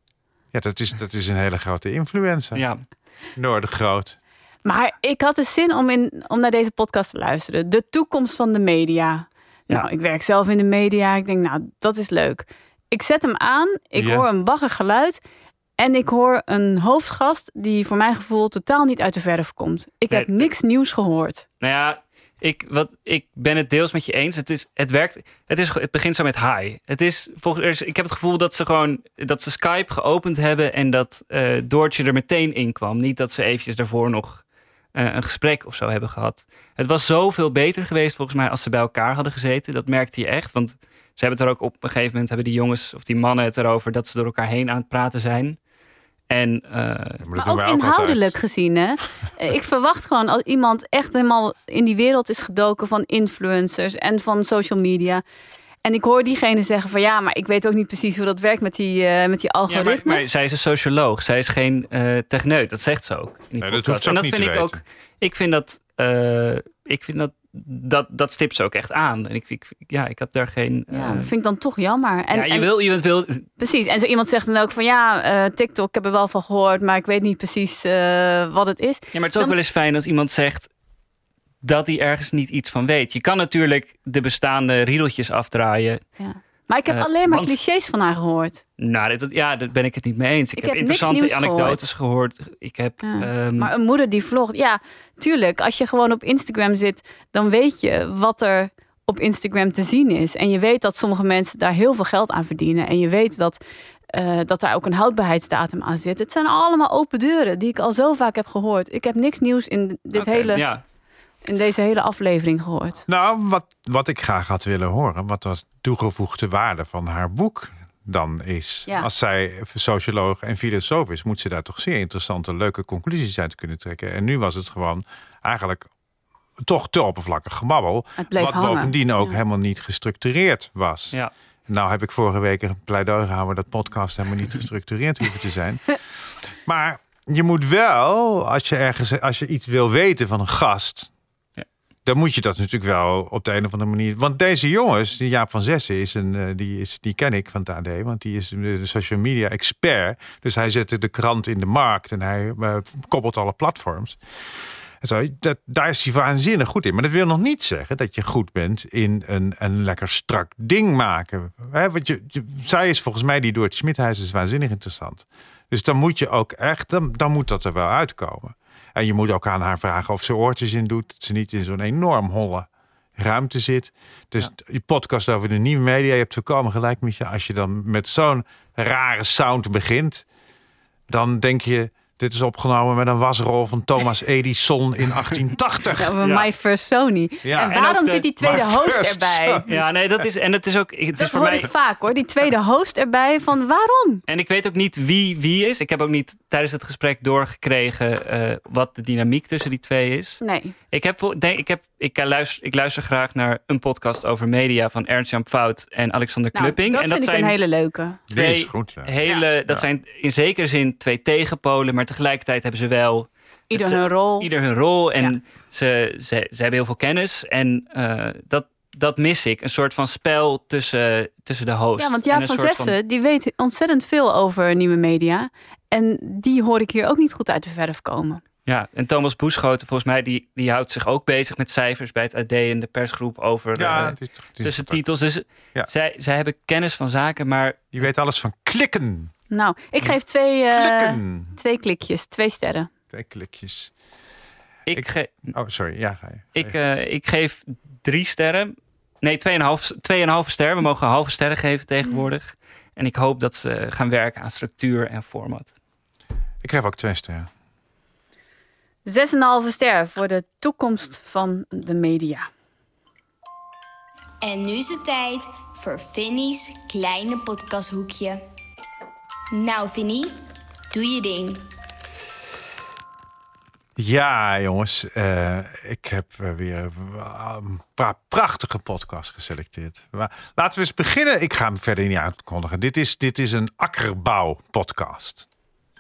Ja, dat is, dat is een hele grote influencer. Ja. Noor de Groot. Maar ik had de zin om, in, om naar deze podcast te luisteren. De toekomst van de media. Ja. Nou, ik werk zelf in de media. Ik denk, nou, dat is leuk. Ik zet hem aan. Ik Ja. hoor een bagger geluid. En ik hoor een hoofdgast die voor mijn gevoel totaal niet uit de verf komt. Ik Nee, heb niks nieuws gehoord. Nou ja, ik, wat, ik ben het deels met je eens. Het, is, het werkt. Het, is, het begint zo met hi. Het is, volgens, ik heb het gevoel dat ze gewoon dat ze Skype geopend hebben en dat uh, Doortje er meteen in kwam. Niet dat ze eventjes daarvoor nog uh, een gesprek of zo hebben gehad. Het was zoveel beter geweest volgens mij als ze bij elkaar hadden gezeten. Dat merkte je echt. Want ze hebben het er ook op een gegeven moment hebben die jongens of die mannen het erover dat ze door elkaar heen aan het praten zijn. En, uh, maar maar ook inhoudelijk gezien, hè? Ik verwacht gewoon als iemand echt helemaal in die wereld is gedoken van influencers en van social media. En ik hoor diegene zeggen van ja, maar ik weet ook niet precies hoe dat werkt met die, uh, met die algoritmes. Ja, maar, maar zij is een socioloog. Zij is geen uh, techneut. Dat zegt ze ook. In die Nee, dat podcast. hoeft ze en ook dat niet vind te ik weten. ook. Ik vind dat. Uh, ik vind dat. Dat, dat stipt ze ook echt aan. En ik, ik, ja, ik heb daar geen... Uh... Ja, dat vind ik dan toch jammer. En, ja, je en, wil, je wil... Precies. En zo iemand zegt dan ook van ja, uh, TikTok, ik heb er wel van gehoord, maar ik weet niet precies uh, wat het is. Ja, maar het is dan... ook wel eens fijn als iemand zegt dat hij ergens niet iets van weet. Je kan natuurlijk de bestaande riedeltjes afdraaien. Ja. Maar ik heb uh, alleen maar want... clichés van haar gehoord. Nou, dat, ja, daar ben ik het niet mee eens. Ik, ik heb, heb interessante anekdotes gehoord. gehoord. Ik heb, ja. um... Maar een moeder die vlogt. Ja, tuurlijk. Als je gewoon op Instagram zit, dan weet je wat er op Instagram te zien is. En je weet dat sommige mensen daar heel veel geld aan verdienen. En je weet dat Uh, dat daar ook een houdbaarheidsdatum aan zit. Het zijn allemaal open deuren die ik al zo vaak heb gehoord. Ik heb niks nieuws in, dit okay, hele, ja. in deze hele aflevering gehoord. Nou, wat, wat ik graag had willen horen, wat was toegevoegde waarde van haar boek dan is. Ja. Als zij socioloog en filosoof is, moet ze daar toch zeer interessante, leuke conclusies uit kunnen trekken. En nu was het gewoon eigenlijk toch te oppervlakkig gebabbel. Wat hangen. Bovendien ook ja. helemaal niet gestructureerd was. Ja. Nou heb ik vorige week een pleidooi gehouden dat podcast helemaal niet gestructureerd hoeven te zijn. Maar je moet wel, als je ergens, als je iets wil weten van een gast, ja. dan moet je dat natuurlijk wel op de een of andere manier. Want deze jongens, die Jaap van Zessen is een, die is, die ken ik van het A D, want die is de social media expert. Dus hij zette de krant in de markt en hij uh, koppelt alle platforms. Zo, dat, daar is hij waanzinnig goed in. Maar dat wil nog niet zeggen dat je goed bent in een, een lekker strak ding maken. He, want je, je, zij is volgens mij die door het Smithuis is waanzinnig interessant. Dus dan moet je ook echt, dan, dan moet dat er wel uitkomen. En je moet ook aan haar vragen of ze oortjes in doet. Dat ze niet in zo'n enorm holle ruimte zit. Dus ja. je podcast over de nieuwe media, je hebt voorkomen gelijk met je. Als je dan met zo'n rare sound begint, dan denk je, dit is opgenomen met een wasrol van Thomas Edison in achttien tachtig. Ja, ja. My First Sony. Ja. En waarom en de, zit die tweede host erbij? Ja, nee, dat is en het is ook. Het dat is voor hoor mij ik vaak hoor. Die tweede host erbij. Van waarom? En ik weet ook niet wie wie is. Ik heb ook niet tijdens het gesprek doorgekregen uh, wat de dynamiek tussen die twee is. Nee. Ik heb, denk, ik heb, ik luister, ik luister graag naar een podcast over media van Ernst-Jan Fout en Alexander nou, Klupping. Dat en vind dat ik zijn een hele leuke. Twee is goed, ja. hele, ja. dat ja. zijn in zekere zin twee tegenpolen, maar tegelijkertijd hebben ze wel ieder hun ze, rol. Ieder hun rol en ja. ze, ze, ze hebben heel veel kennis en uh, dat, dat mis ik. Een soort van spel tussen, tussen de hosts. Ja, want Jaap van Zessen, van... die weet ontzettend veel over nieuwe media. En die hoor ik hier ook niet goed uit de verf komen. Ja, en Thomas Boeschoten, volgens mij, die, die houdt zich ook bezig met cijfers bij het A D en de persgroep over ja, uh, die, die, tussen titels. Dus ja. zij, zij hebben kennis van zaken, maar... Die weet alles van klikken. Nou, ik geef twee, uh, twee klikjes, twee sterren. Twee klikjes. Ik, ik ge- oh, sorry. Ja, ga je. Ga ik, uh, ik geef drie sterren. Nee, tweeënhalf, tweeënhalve ster. We mogen halve sterren geven tegenwoordig. Mm. En ik hoop dat ze gaan werken aan structuur en format. Ik geef ook twee sterren. Zes en een halve ster voor de toekomst van de media. En nu is het tijd voor Vinnie's kleine podcasthoekje. Nou, Vinnie, doe je ding. Ja, jongens. Uh, ik heb uh, weer een pra- prachtige podcast geselecteerd. Maar laten we eens beginnen. Ik ga hem verder niet aankondigen. Dit is, dit is een akkerbouw-podcast.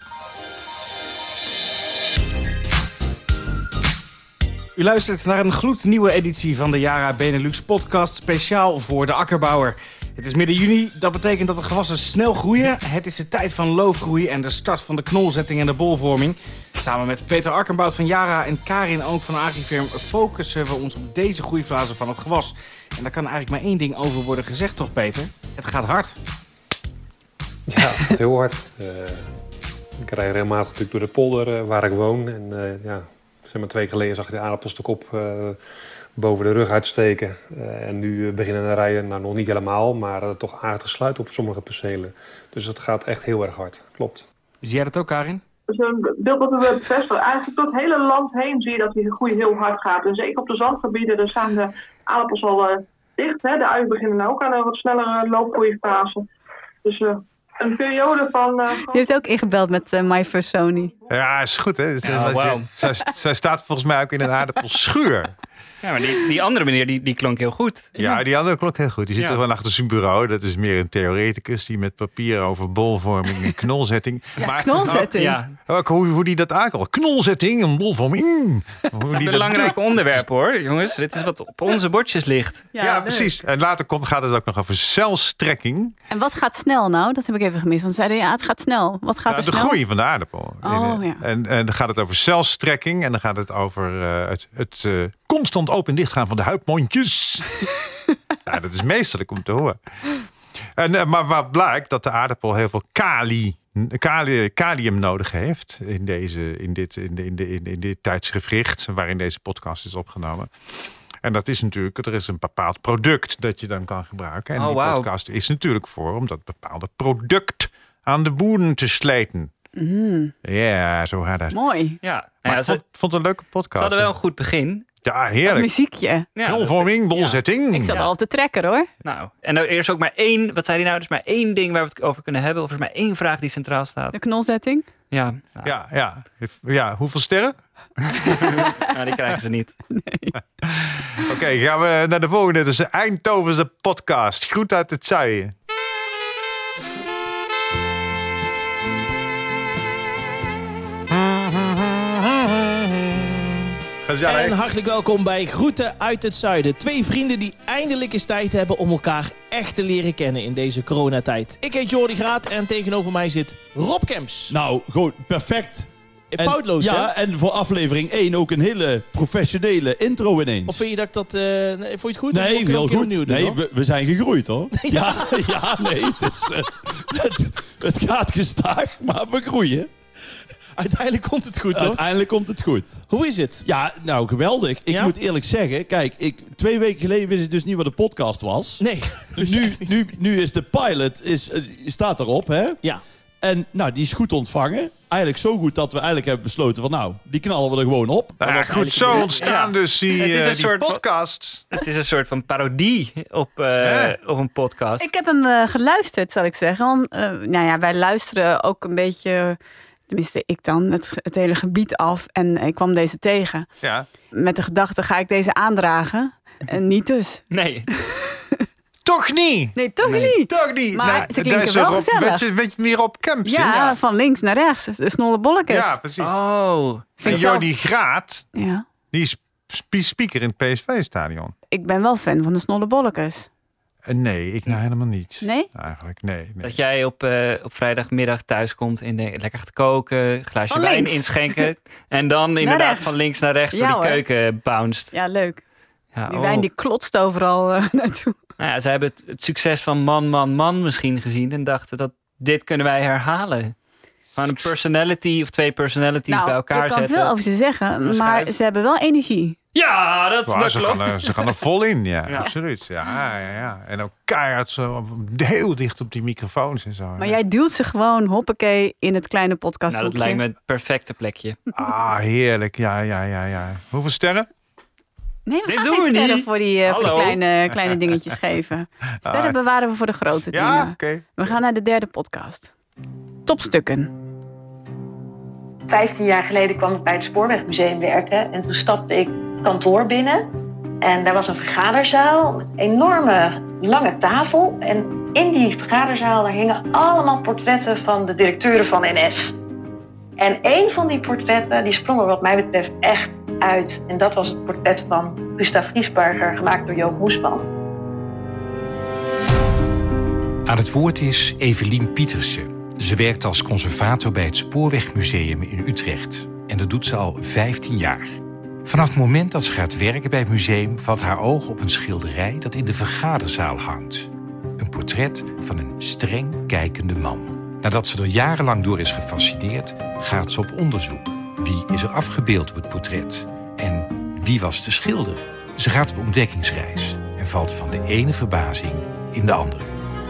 U luistert naar een gloednieuwe editie van de Yara Benelux podcast speciaal voor de akkerbouwer. Het is midden juni, dat betekent dat de gewassen snel groeien. Het is de tijd van loofgroei en de start van de knolzetting en de bolvorming. Samen met Peter Arkenbout van Yara en Karin ook van Agrifirm focussen we ons op deze groeifase van het gewas. En daar kan eigenlijk maar één ding over worden gezegd, toch Peter? Het gaat hard. Ja, het gaat heel hard. Uh, ik rij regelmatig natuurlijk door de polder uh, waar ik woon. En uh, ja, zeg maar twee weken geleden zag ik de aardappelstok uh, boven de rug uitsteken. Uh, en nu beginnen de rijen, nou nog niet helemaal, maar uh, toch aardig te sluiten op sommige percelen. Dus het gaat echt heel erg hard, klopt. Zie jij dat ook, Karin? Dat is een beeld dat we bevestigen. Eigenlijk door het hele land heen zie je dat die groei heel hard gaat. En zeker op de zandgebieden, daar staan de aardappels al uh, dicht. Hè? De uien beginnen nou ook aan een wat snellere loopgroeifase. Dus uh, een periode van... Uh, je hebt ook ingebeld met uh, My First Sony. Ja, is goed hè. Ja, wow. zij, zij staat volgens mij ook in een aardappelschuur. Ja, maar die, die andere meneer, die, die klonk heel goed. Ja, die andere klonk heel goed. Die zit ja. er gewoon achter zijn bureau. Dat is meer een theoreticus die met papier over bolvorming en knolzetting. Ja, maar, knolzetting. Ja. Ook hoe, hoe die dat aankomt. Knolzetting en bolvorming. Hoe dat is een belangrijk doet. onderwerp hoor, jongens. Dit is wat op onze bordjes ligt. Ja, ja precies. En later komt, gaat het ook nog over celstrekking. En wat gaat snel nou? Dat heb ik even gemist. Want zeiden ja, het gaat snel. Wat gaat ja, er de snel? De groei van de aardappel. Oh, en, ja. en, en dan gaat het over celstrekking. En dan gaat het over uh, het... het uh, constant open en dicht gaan van de huidmondjes. Ja, dat is meesterlijk om te horen. En, maar wat blijkt dat de aardappel heel veel kali, kali, kalium nodig heeft in, deze, in, dit, in, de, in, de, in, in dit tijdsgevricht waarin deze podcast is opgenomen. En dat is natuurlijk, er is een bepaald product dat je dan kan gebruiken. En oh, die wow. podcast is natuurlijk voor om dat bepaalde product aan de boeren te slijten. Mm. Ja, zo gaat dat. Mooi. Ja, Maar nou ja, ik ze, vond, vond het een leuke podcast. ze hadden wel een goed begin. Ja, Dat heerlijk. muziekje. Ja, Rolvorming, bolzetting. Ik zat Ja. al te trekken hoor. Nou, en er is ook maar één, wat zei hij nou? Er is maar één ding waar we het over kunnen hebben. Of er is maar één vraag die centraal staat. De knolzetting. Ja, nou, Ja, ja. ja, hoeveel sterren? nou, die krijgen ze niet. Oké, okay, gaan we naar de volgende. Dat is de Eindhovense podcast. Groet uit het zuiden. Gezellig. En hartelijk welkom bij Groeten uit het Zuiden. Twee vrienden die eindelijk eens tijd hebben om elkaar echt te leren kennen in deze coronatijd. Ik heet Jordi Graat en tegenover mij zit Rob Kemps. Nou, gewoon perfect. En foutloos, en, Ja, hè? en voor aflevering één ook een hele professionele intro ineens. Of vind je dat ik dat... Uh, nee, vond je het goed? Nee, heel goed. Doen, nee, hoor? we, we zijn gegroeid, hoor. ja, ja, nee, het, is, uh, het, het gaat gestaag, maar we groeien. Uiteindelijk komt het goed, hoor. Uiteindelijk komt het goed. Hoe is het? Ja, nou, geweldig. Ik Ja? moet eerlijk zeggen, kijk, ik, twee weken geleden wist ik dus niet wat een podcast was. Nee. nu, nu, nu is de pilot, is, uh, staat erop, hè? Ja. En nou, die is goed ontvangen. Eigenlijk zo goed dat we eigenlijk hebben besloten van nou, die knallen we er gewoon op. Nou ja, goed, zo ontstaan Ja. dus die, Het is een uh, die soort van- podcasts. Het is een soort van parodie op, uh, Ja. op een podcast. Ik heb hem uh, geluisterd, zal ik zeggen. Want, uh, nou ja, wij luisteren ook een beetje, tenminste ik dan, het, het hele gebied af. En ik kwam deze tegen. Ja. Met de gedachte, ga ik deze aandragen? En niet dus. Nee. Toch niet? Nee, toch Nee. niet. Toch niet? Maar Nee, ze klinken daar is wel er op- gezellig. Weet je, weet je meer op Kemps? Ja, hè? van links naar rechts. De snolle bolletjes. Ja, precies. Oh. Vind En ik zelf- Jordi Graat, Ja. die is sp- speaker in het P S V-stadion. Ik ben wel fan van de snolle bolletjes. Uh, nee, ik nou helemaal niet. Nee? Eigenlijk, nee. nee. Dat jij op, uh, op vrijdagmiddag thuis komt en denkt, lekker gaat koken, glaasje Van wijn links. inschenken. En dan inderdaad rechts. van links naar rechts Ja, door die hoor. keuken bounced. Ja, leuk. Ja, Die oh. wijn die klotst overal uh, naartoe. Nou ja, ze hebben het, het succes van Man, Man, Man misschien gezien en dachten dat dit kunnen wij herhalen. Gewoon een personality of twee personalities Nou, bij elkaar ik kan zetten. veel over ze zeggen, En dan maar schuiven. ze hebben wel energie. Ja, dat, Wow, dat ze, klopt. gaan er, ze gaan er vol in, ja, Ja. absoluut. Ja, ja, ja. En ook keihard zo heel dicht op die microfoons en zo. Maar jij duwt ze gewoon, hoppakee, in het kleine podcast. Nou, dat lijkt me het perfecte plekje. Ah, heerlijk. Ja, ja, ja, ja. Hoeveel sterren? Nee, we Dit gaan doen geen we sterren niet. voor die, uh, voor die Hallo. kleine, kleine dingetjes geven. Sterren Ah. bewaren we voor de grote Ja, dingen. oké. Okay. We gaan naar de derde podcast. Topstukken. Vijftien jaar geleden kwam ik bij het Spoorwegmuseum werken. En toen stapte ik kantoor binnen. En daar was een vergaderzaal met een enorme lange tafel. En in die vergaderzaal daar hingen allemaal portretten van de directeuren van N S. En één van die portretten die sprong er wat mij betreft echt uit. En dat was het portret van Gustav Giesberger, gemaakt door Joop Moesman. Aan het woord is Evelien Pietersen. Ze werkt als conservator bij het Spoorwegmuseum in Utrecht. En dat doet ze al vijftien jaar. Vanaf het moment dat ze gaat werken bij het museum valt haar oog op een schilderij dat in de vergaderzaal hangt. Een portret van een streng kijkende man. Nadat ze er jarenlang door is gefascineerd, gaat ze op onderzoek. Wie is er afgebeeld op het portret? En wie was de schilder? Ze gaat op ontdekkingsreis en valt van de ene verbazing in de andere.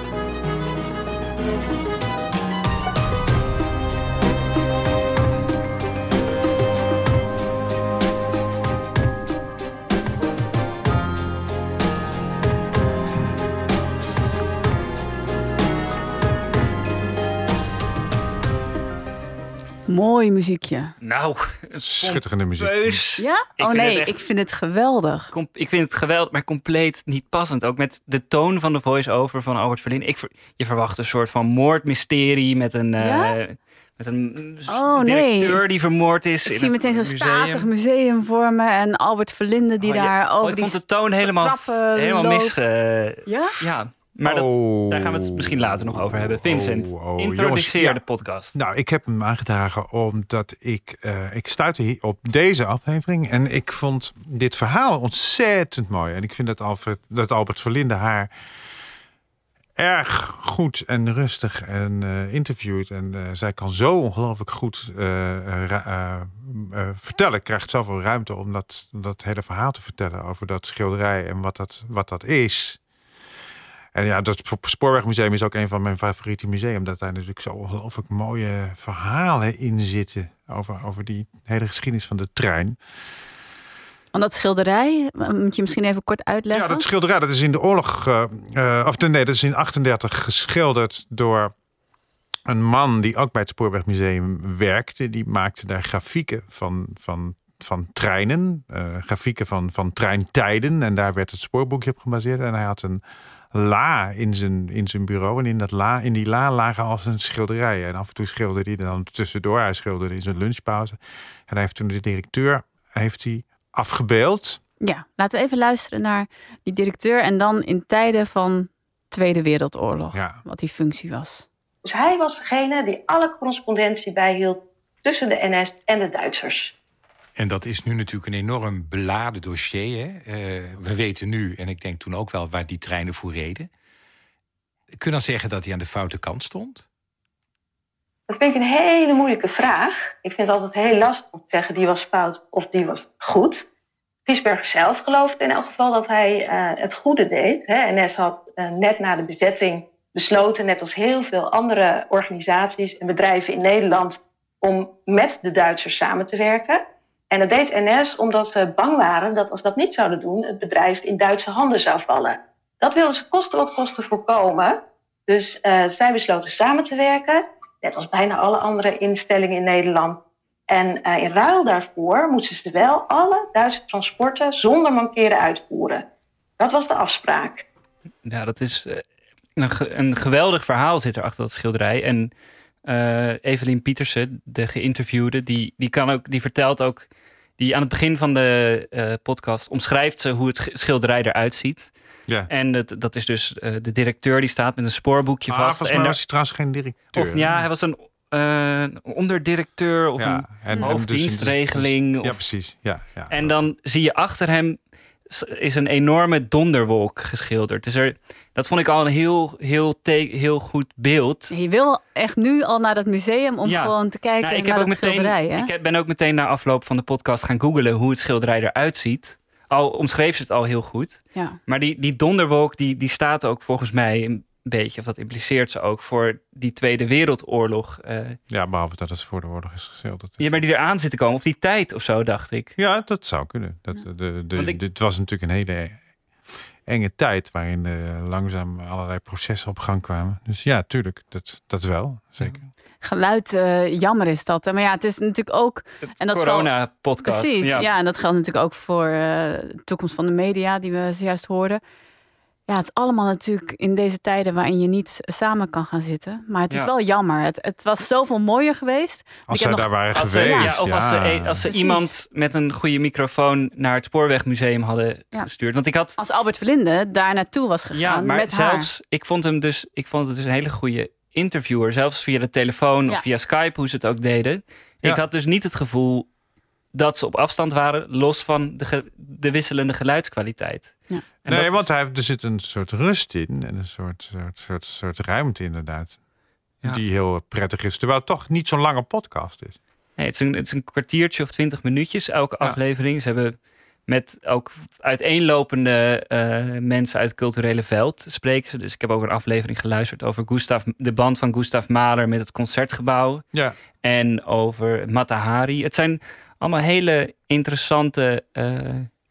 Mooi muziekje. Nou, schitterende muziek. Pompeus. Ja? Ik Oh vind nee, het echt- ik vind het geweldig. Com- ik vind het geweldig, maar compleet niet passend. Ook met de toon van de voice-over van Albert Verlinde. Ik ver- je verwacht een soort van moordmysterie met een, eh, Ja? met een s- Oh, nee. directeur die vermoord is. Ik in zie een meteen zo'n museum. statig museum voor me en Albert Verlinde die Oh, ja. daar over Oh, ik die vond de toon helemaal, trappen helemaal loopt. mis. eh, Ja? Ja, maar dat, daar gaan we het misschien later nog over hebben. Vincent, Oh, oh, introduceer jongens, de podcast. Nou, ik heb hem aangedragen omdat ik, uh, ik stuitte hier op deze aflevering. En ik vond dit verhaal ontzettend mooi. En ik vind dat, Alfred, dat Albert Verlinde haar erg goed en rustig en uh, interviewt. En uh, zij kan zo ongelooflijk goed uh, uh, uh, uh, vertellen. Krijgt zoveel ruimte om dat, dat hele verhaal te vertellen over dat schilderij en wat dat, wat dat is. En ja, dat Spoorwegmuseum is ook een van mijn favoriete musea. Omdat daar natuurlijk zo ongelooflijk mooie verhalen in zitten. Over, over die hele geschiedenis van de trein. Want dat schilderij, moet je misschien even kort uitleggen? Ja, dat schilderij, dat is in de oorlog... Uh, uh, of nee, dat is in achtendertig geschilderd door een man die ook bij het Spoorwegmuseum werkte. Die maakte daar grafieken van, van, van treinen. Uh, grafieken van, van treintijden. En daar werd het spoorboekje op gebaseerd. En hij had een la in zijn, in zijn bureau. En in, dat la, in die la lagen als een schilderij. En af en toe schilderde hij dan tussendoor. Hij schilderde in zijn lunchpauze. En hij heeft toen de directeur heeft hij afgebeeld. Ja, laten we even luisteren naar die directeur. En dan in tijden van Tweede Wereldoorlog. Ja. Wat die functie was. Dus hij was degene die alle correspondentie bijhield tussen de N S en de Duitsers. En dat is nu natuurlijk een enorm beladen dossier. Hè? Uh, we weten nu, en ik denk toen ook wel, waar die treinen voor reden. Kun je dan zeggen dat hij aan de foute kant stond? Dat vind ik een hele moeilijke vraag. Ik vind het altijd heel lastig om te zeggen die was fout of die was goed. Giesberger zelf geloofde in elk geval dat hij uh, het goede deed. Hè. N S had uh, net na de bezetting besloten, net als heel veel andere organisaties en bedrijven in Nederland, om met de Duitsers samen te werken. En dat deed N S omdat ze bang waren dat als dat niet zouden doen, het bedrijf in Duitse handen zou vallen. Dat wilden ze kosten wat kosten voorkomen. Dus uh, zij besloten samen te werken, net als bijna alle andere instellingen in Nederland. En uh, in ruil daarvoor moesten ze wel alle Duitse transporten zonder mankeren uitvoeren. Dat was de afspraak. Ja, dat is uh, een, ge- een geweldig verhaal zit er achter dat schilderij. En uh, Evelien Pietersen, de geïnterviewde, die, die, kan ook, die vertelt ook... die aan het begin van de uh, podcast omschrijft ze hoe het schilderij eruit ziet. Ja. En het, dat is dus uh, de directeur die staat met een spoorboekje ah, vast. Volgens en mij er, was hij trouwens geen directeur. Of ja, hij was een uh, onderdirecteur of ja, een hoofddienstregeling. Dus, dus, ja, of, precies. Ja, ja. En dan zie je achter hem is een enorme donderwolk geschilderd. Dus er, dat vond ik al een heel, heel, te, heel goed beeld. Je wil echt nu al naar dat museum om ja. gewoon te kijken nou, ik naar heb dat ook meteen, schilderij. Hè? Ik ben ook meteen na afloop van de podcast gaan googlen hoe het schilderij eruit ziet. Al omschreef ze het al heel goed. Ja. Maar die, die donderwolk die, die staat ook volgens mij een beetje, of dat impliceert ze ook, voor die Tweede Wereldoorlog. Uh, ja, behalve dat het voor de oorlog is geschilderd. Ja, maar die eraan zit te komen. Of die tijd of zo, dacht ik. Ja, dat zou kunnen. Dat, de, de, de, ik, dit was natuurlijk een hele enge tijd waarin uh, langzaam allerlei processen op gang kwamen. Dus ja, tuurlijk, dat, dat wel, zeker. Ja. Geluid, uh, jammer is dat. Maar ja, het is natuurlijk ook... Het en dat corona-podcast. Precies, ja. ja. En dat geldt natuurlijk ook voor uh, de toekomst van de media, die we zojuist hoorden. Ja, het is allemaal natuurlijk in deze tijden waarin je niet samen kan gaan zitten. Maar het is ja. wel jammer. Het, het was zoveel mooier geweest. Als zij daar waren als geweest. Ze, ja, of ja. als ze, als ze iemand met een goede microfoon naar het Spoorwegmuseum hadden ja. gestuurd. Want ik had, als Albert Verlinde daar naartoe was gegaan ja, maar met zelfs, haar. Ik vond hem dus, ik vond het dus een hele goede interviewer. Zelfs via de telefoon ja. of via Skype, hoe ze het ook deden. Ja. Ik had dus niet het gevoel dat ze op afstand waren, los van de, ge, de wisselende geluidskwaliteit. Ja. Nee, dat want hij, er zit een soort rust in en een soort, soort, soort, soort ruimte inderdaad. Ja. Die heel prettig is, terwijl het toch niet zo'n lange podcast is. Nee, het is een, het is een kwartiertje of twintig minuutjes, elke ja. aflevering. Ze hebben met ook uiteenlopende uh, mensen uit het culturele veld spreken ze. Dus ik heb ook een aflevering geluisterd over Gustav, de band van Gustav Mahler met het Concertgebouw. Ja. En over Mata Hari. Het zijn allemaal hele interessante uh,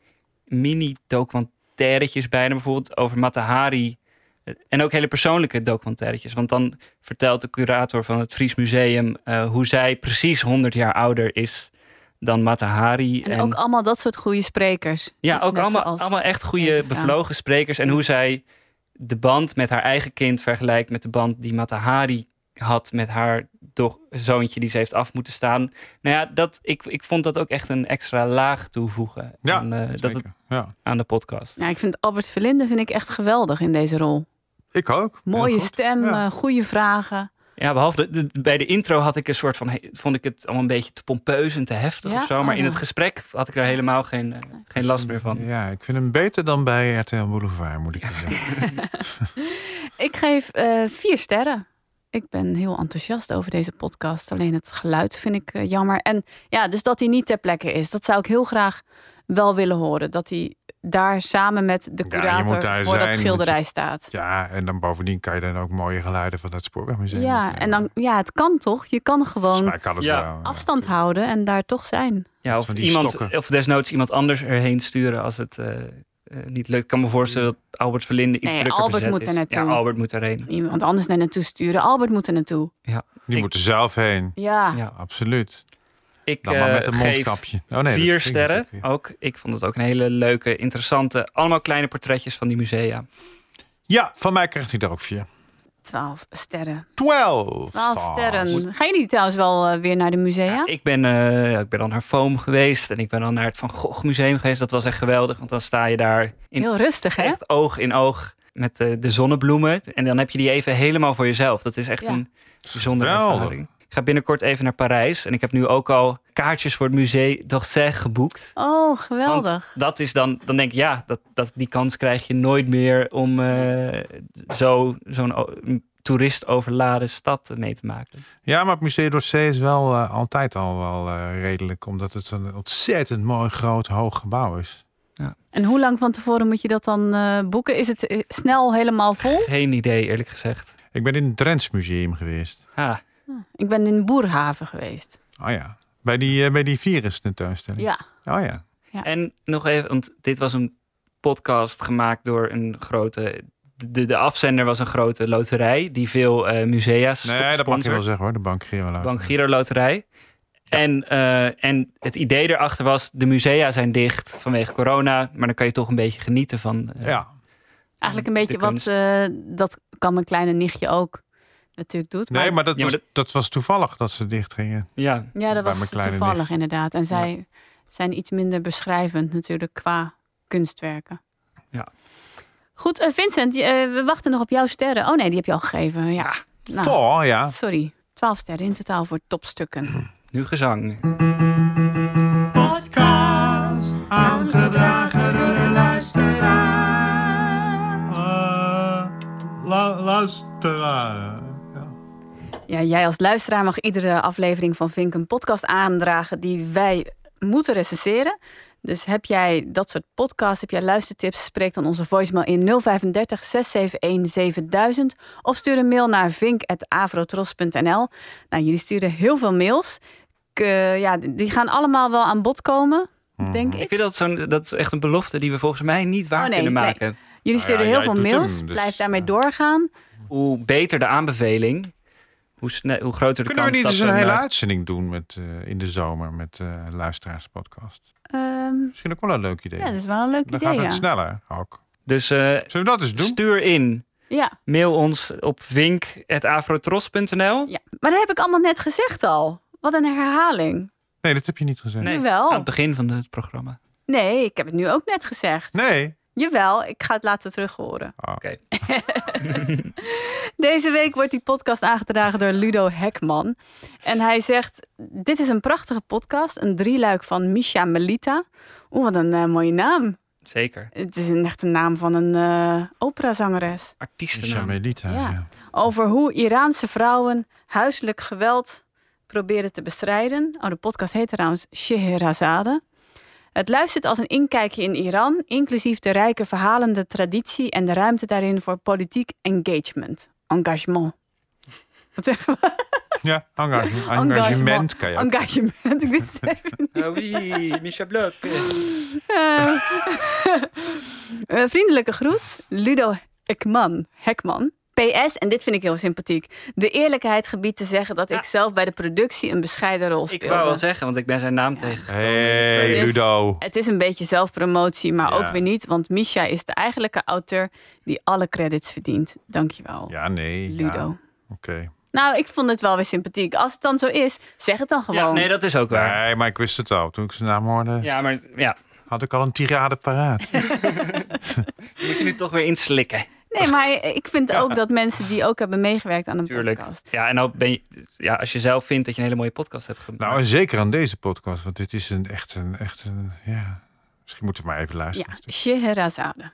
mini-documentairetjes bijna. Bijvoorbeeld over Mata Hari. En ook hele persoonlijke documentairetjes. Want dan vertelt de curator van het Fries Museum uh, hoe zij precies honderd jaar ouder is dan Mata Hari. En, en ook allemaal dat soort goede sprekers. Ja, ook allemaal, allemaal echt goede bevlogen sprekers. En hoe zij de band met haar eigen kind vergelijkt met de band die Mata Hari had met haar doch, zoontje die ze heeft af moeten staan. Nou ja, dat, ik, ik vond dat ook echt een extra laag toevoegen ja, aan, uh, dat het, ja. aan de podcast. Ja, ik vind Albert Verlinde vind ik echt geweldig in deze rol. Ik ook. Mooie stem, ja. uh, goede vragen. Ja, behalve de, de, bij de intro had ik een soort van, vond ik het allemaal een beetje te pompeus en te heftig ja? of zo. Maar oh, in ja. het gesprek had ik daar helemaal geen, uh, geen last meer van. Ja, ik vind hem beter dan bij R T L Boulevard, moet ik zeggen. Ik geef uh, vier sterren. Ik ben heel enthousiast over deze podcast. Alleen het geluid vind ik uh, jammer. En ja, dus dat hij niet ter plekke is. Dat zou ik heel graag wel willen horen. Dat hij daar samen met de Ja, je moet curator daar voor dat zijn, schilderij moet je- staat. Ja, en dan bovendien kan je dan ook mooie geluiden van dat spoorwegmuseum. Ja, en dan, ja, het kan toch? Je kan gewoon mij kan het Ja. wel. afstand houden en daar toch zijn. Ja, of, Van die iemand, stokken. of desnoods iemand anders erheen sturen als het uh, uh, niet lukt. Ik kan me voorstellen dat Albert Verlinde iets Nee, drukker Albert bezet moet is. er naartoe. Ja, Albert moet erheen. Iemand anders naar naartoe sturen. Albert moet er naartoe. Ja. Die Ik- moeten zelf heen. Ja. Ja. Absoluut. Ik Dan maar eh, met een geef mondkapje. Oh, nee, dat vier vind ik sterren niet. ook. Ik vond het ook een hele leuke, interessante... allemaal kleine portretjes van die musea. Ja, van mij krijgt hij er ook vier. Twaalf sterren. Twaalf. Twaalf stars. sterren. Gaan jullie trouwens wel uh, weer naar de musea? Ik ben, uh, ja, ik ben al naar Foam geweest en ik ben al naar het Van Gogh Museum geweest. Dat was echt geweldig, want dan sta je daar in Heel rustig, hè? echt oog in oog met uh, de zonnebloemen. En dan heb je die even helemaal voor jezelf. Dat is echt Ja. een bijzondere Geweldig. ervaring. Ik ga binnenkort even naar Parijs en ik heb nu ook al kaartjes voor het Musée d'Orsay geboekt. Oh, geweldig. Want dat is dan, dan denk ik, ja, dat, dat, die kans krijg je nooit meer om uh, zo, zo'n o- toerist overladen stad mee te maken. Ja, maar het Musée d'Orsay is wel uh, altijd al wel uh, redelijk, omdat het een ontzettend mooi groot hoog gebouw is. Ja. En hoe lang van tevoren moet je dat dan uh, boeken? Is het uh, snel helemaal vol? Geen idee, eerlijk gezegd. Ik ben in het Drents Museum geweest. Ah. Ik ben in Boerhaven geweest. Oh ja, bij die, uh, bij die virus tentoonstelling. Ja. Oh ja. Ja. En nog even, want dit was een podcast gemaakt door een grote... De, de afzender was een grote loterij die veel uh, musea sponsort. Nee, dat mag je wel zeggen hoor, de Bank Giro Loterij. Bank Giro Loterij. Ja. En, uh, en het idee erachter was, de musea zijn dicht vanwege corona, maar dan kan je toch een beetje genieten van... Uh, ja. Eigenlijk een beetje wat, uh, dat kan mijn kleine nichtje ook natuurlijk doet. Nee, maar, maar, dat, ja, was, maar dat, dat was toevallig dat ze dicht gingen. Ja, ja dat was toevallig nichtje. inderdaad. En zij ja. zijn iets minder beschrijvend natuurlijk qua kunstwerken. Ja. Goed, uh, Vincent, uh, we wachten nog op jouw sterren. Oh nee, die heb je al gegeven. Ja. Nou, Vol, ja. Sorry, twaalf sterren in totaal voor topstukken. Nu gezang. Podcast, aangedragen door de luisteraar. Uh, lu- luisteraar. Ja. Ja, jij als luisteraar mag iedere aflevering van Vink een podcast aandragen die wij moeten recenseren. Dus heb jij dat soort podcasts, heb jij luistertips, spreek dan onze voicemail in nul drie vijf zes zeven een zevenduizend of stuur een mail naar vink at avrotros punt n l. Nou, jullie sturen heel veel mails. Ik, uh, ja, die gaan allemaal wel aan bod komen, denk ik. Ik vind dat, zo'n, dat is echt een belofte die we volgens mij niet waar oh, nee, kunnen maken. Nee. Jullie sturen nou ja, heel veel mails, hem, dus, blijf daarmee doorgaan. Hoe beter de aanbeveling, hoe, sne- hoe groter de Kunnen kans we niet dat eens een we hele naar- uitzending doen met, uh, in de zomer met uh, luisteraarspodcast? Um, Misschien ook wel een leuk idee. ja, dat is wel een leuk Dan idee, gaat het ja. sneller ook. Dus uh, Zullen we dat eens doen? stuur in. Ja. Mail ons op vink at avrotros punt n l. Ja, maar dat heb ik allemaal net gezegd al. Wat een herhaling. Nee, dat heb je niet gezegd. Nee, Jawel. aan het begin van het programma. Nee, ik heb het nu ook net gezegd. Nee. Jawel, ik ga het laten terug horen. Oh. Oké. Deze week wordt die podcast aangedragen door Ludo Hekman. En hij zegt, dit is een prachtige podcast. Een drieluik van Misha Melita. Oeh, wat een uh, mooie naam. Zeker. Het is een echte naam van een uh, operazangeres. Artiestennaam. Melita, Ja. ja. Over hoe Iraanse vrouwen huiselijk geweld proberen te bestrijden. Oh, de podcast heet trouwens Scheherazade. Het luistert als een inkijkje in Iran, inclusief de rijke verhalende traditie en de ruimte daarin voor politiek engagement. Engagement. Wat zeggen we? Ja, engagement, engagement kan je ook. Engagement, ik wist het even niet. Oh oui, Misha Blok. Uh, uh, vriendelijke groet, Ludo Hekman. Hekman. P S, en dit vind ik heel sympathiek. De eerlijkheid gebiedt te zeggen dat ik zelf bij de productie een bescheiden rol speelde. Ik wou wel zeggen, want ik ben zijn naam tegen. Hey, Het is- Ludo. Het is een beetje zelfpromotie, maar Ja. ook weer niet. Want Misha is de eigenlijke auteur die alle credits verdient. Dankjewel, Ja, nee. Ludo. Ja. Oké. Okay. Nou, ik vond het wel weer sympathiek. Als het dan zo is, zeg het dan gewoon. Ja, nee, dat is ook waar. Nee, maar ik wist het al. Toen ik zijn naam hoorde, Ja, maar ja, had ik al een tirade paraat. die moet je nu toch weer inslikken. Nee, maar ik vind ook dat mensen die ook hebben meegewerkt aan een Tuurlijk. podcast. Ja, en dan ben je, ja, als je zelf vindt dat je een hele mooie podcast hebt gemaakt. Nou, en zeker aan deze podcast, want dit is een echt een, echt een, ja... Misschien moeten we maar even luisteren. Ja, Scheherazade.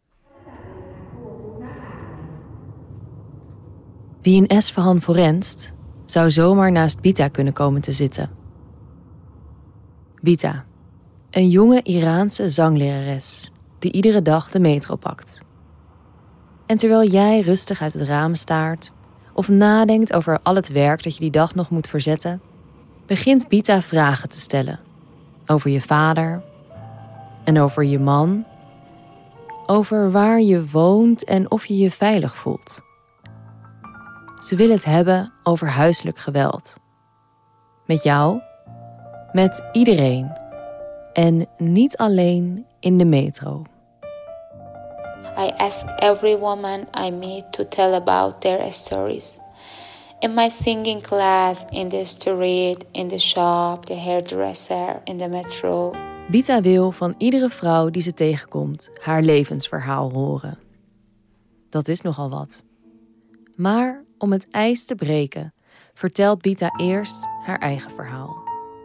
Wie in Esfahan forenst, zou zomaar naast Bita kunnen komen te zitten. Bita, een jonge Iraanse zanglerares die iedere dag de metro pakt. En terwijl jij rustig uit het raam staart of nadenkt over al het werk dat je die dag nog moet verzetten, begint Bita vragen te stellen over je vader en over je man, over waar je woont en of je je veilig voelt. Ze wil het hebben over huiselijk geweld. Met jou, met iedereen en niet alleen in de metro. I ask every woman I meet to tell about their stories. In my singing class, in the street, in the shop, the hairdresser, in the metro. Bita wil van iedere vrouw die ze tegenkomt haar levensverhaal horen. Dat is nogal wat. Maar om het ijs te breken, vertelt Bita eerst haar eigen verhaal.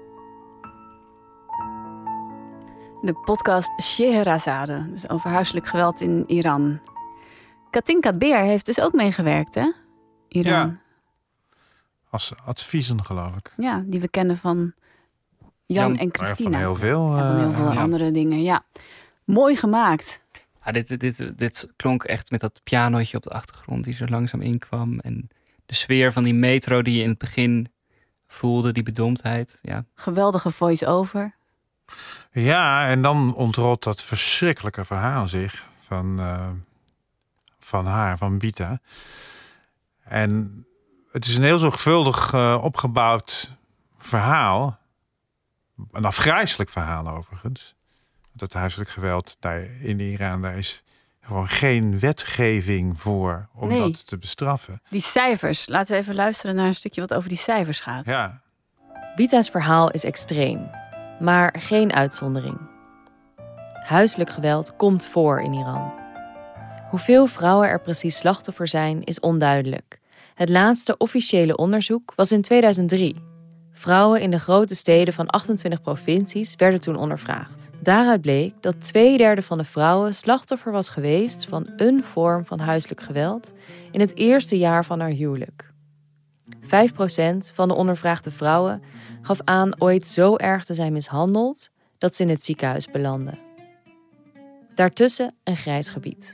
De podcast Scheherazade, dus over huiselijk geweld in Iran. Katinka Beer heeft dus ook meegewerkt, hè? Iran. Ja. Als adviezen, geloof ik. Ja, die we kennen van Jan Ja, en Christina. Van heel veel. En van heel uh, veel ja. andere dingen, ja. Mooi gemaakt. Ja, dit, dit, dit klonk echt met dat pianootje op de achtergrond die zo langzaam inkwam. En de sfeer van die metro die je in het begin voelde, die bedomptheid. Ja. Geweldige voice-over. Ja, en dan ontrolt dat verschrikkelijke verhaal zich van, uh, van haar, van Bita. En het is een heel zorgvuldig uh, opgebouwd verhaal. Een afgrijselijk verhaal overigens. Dat huiselijk geweld daar in Iran, daar is gewoon geen wetgeving voor om Nee. dat te bestraffen. Die cijfers. Laten we even luisteren naar een stukje wat over die cijfers gaat. Ja. Bita's verhaal is extreem, maar geen uitzondering. Huiselijk geweld komt voor in Iran. Hoeveel vrouwen er precies slachtoffer zijn, is onduidelijk. Het laatste officiële onderzoek was in tweeduizend drie. Vrouwen in de grote steden van achtentwintig provincies werden toen ondervraagd. Daaruit bleek dat twee derde van de vrouwen slachtoffer was geweest van een vorm van huiselijk geweld in het eerste jaar van haar huwelijk. Vijf procent van de ondervraagde vrouwen gaf aan ooit zo erg te zijn mishandeld dat ze in het ziekenhuis belanden. Daartussen een grijs gebied.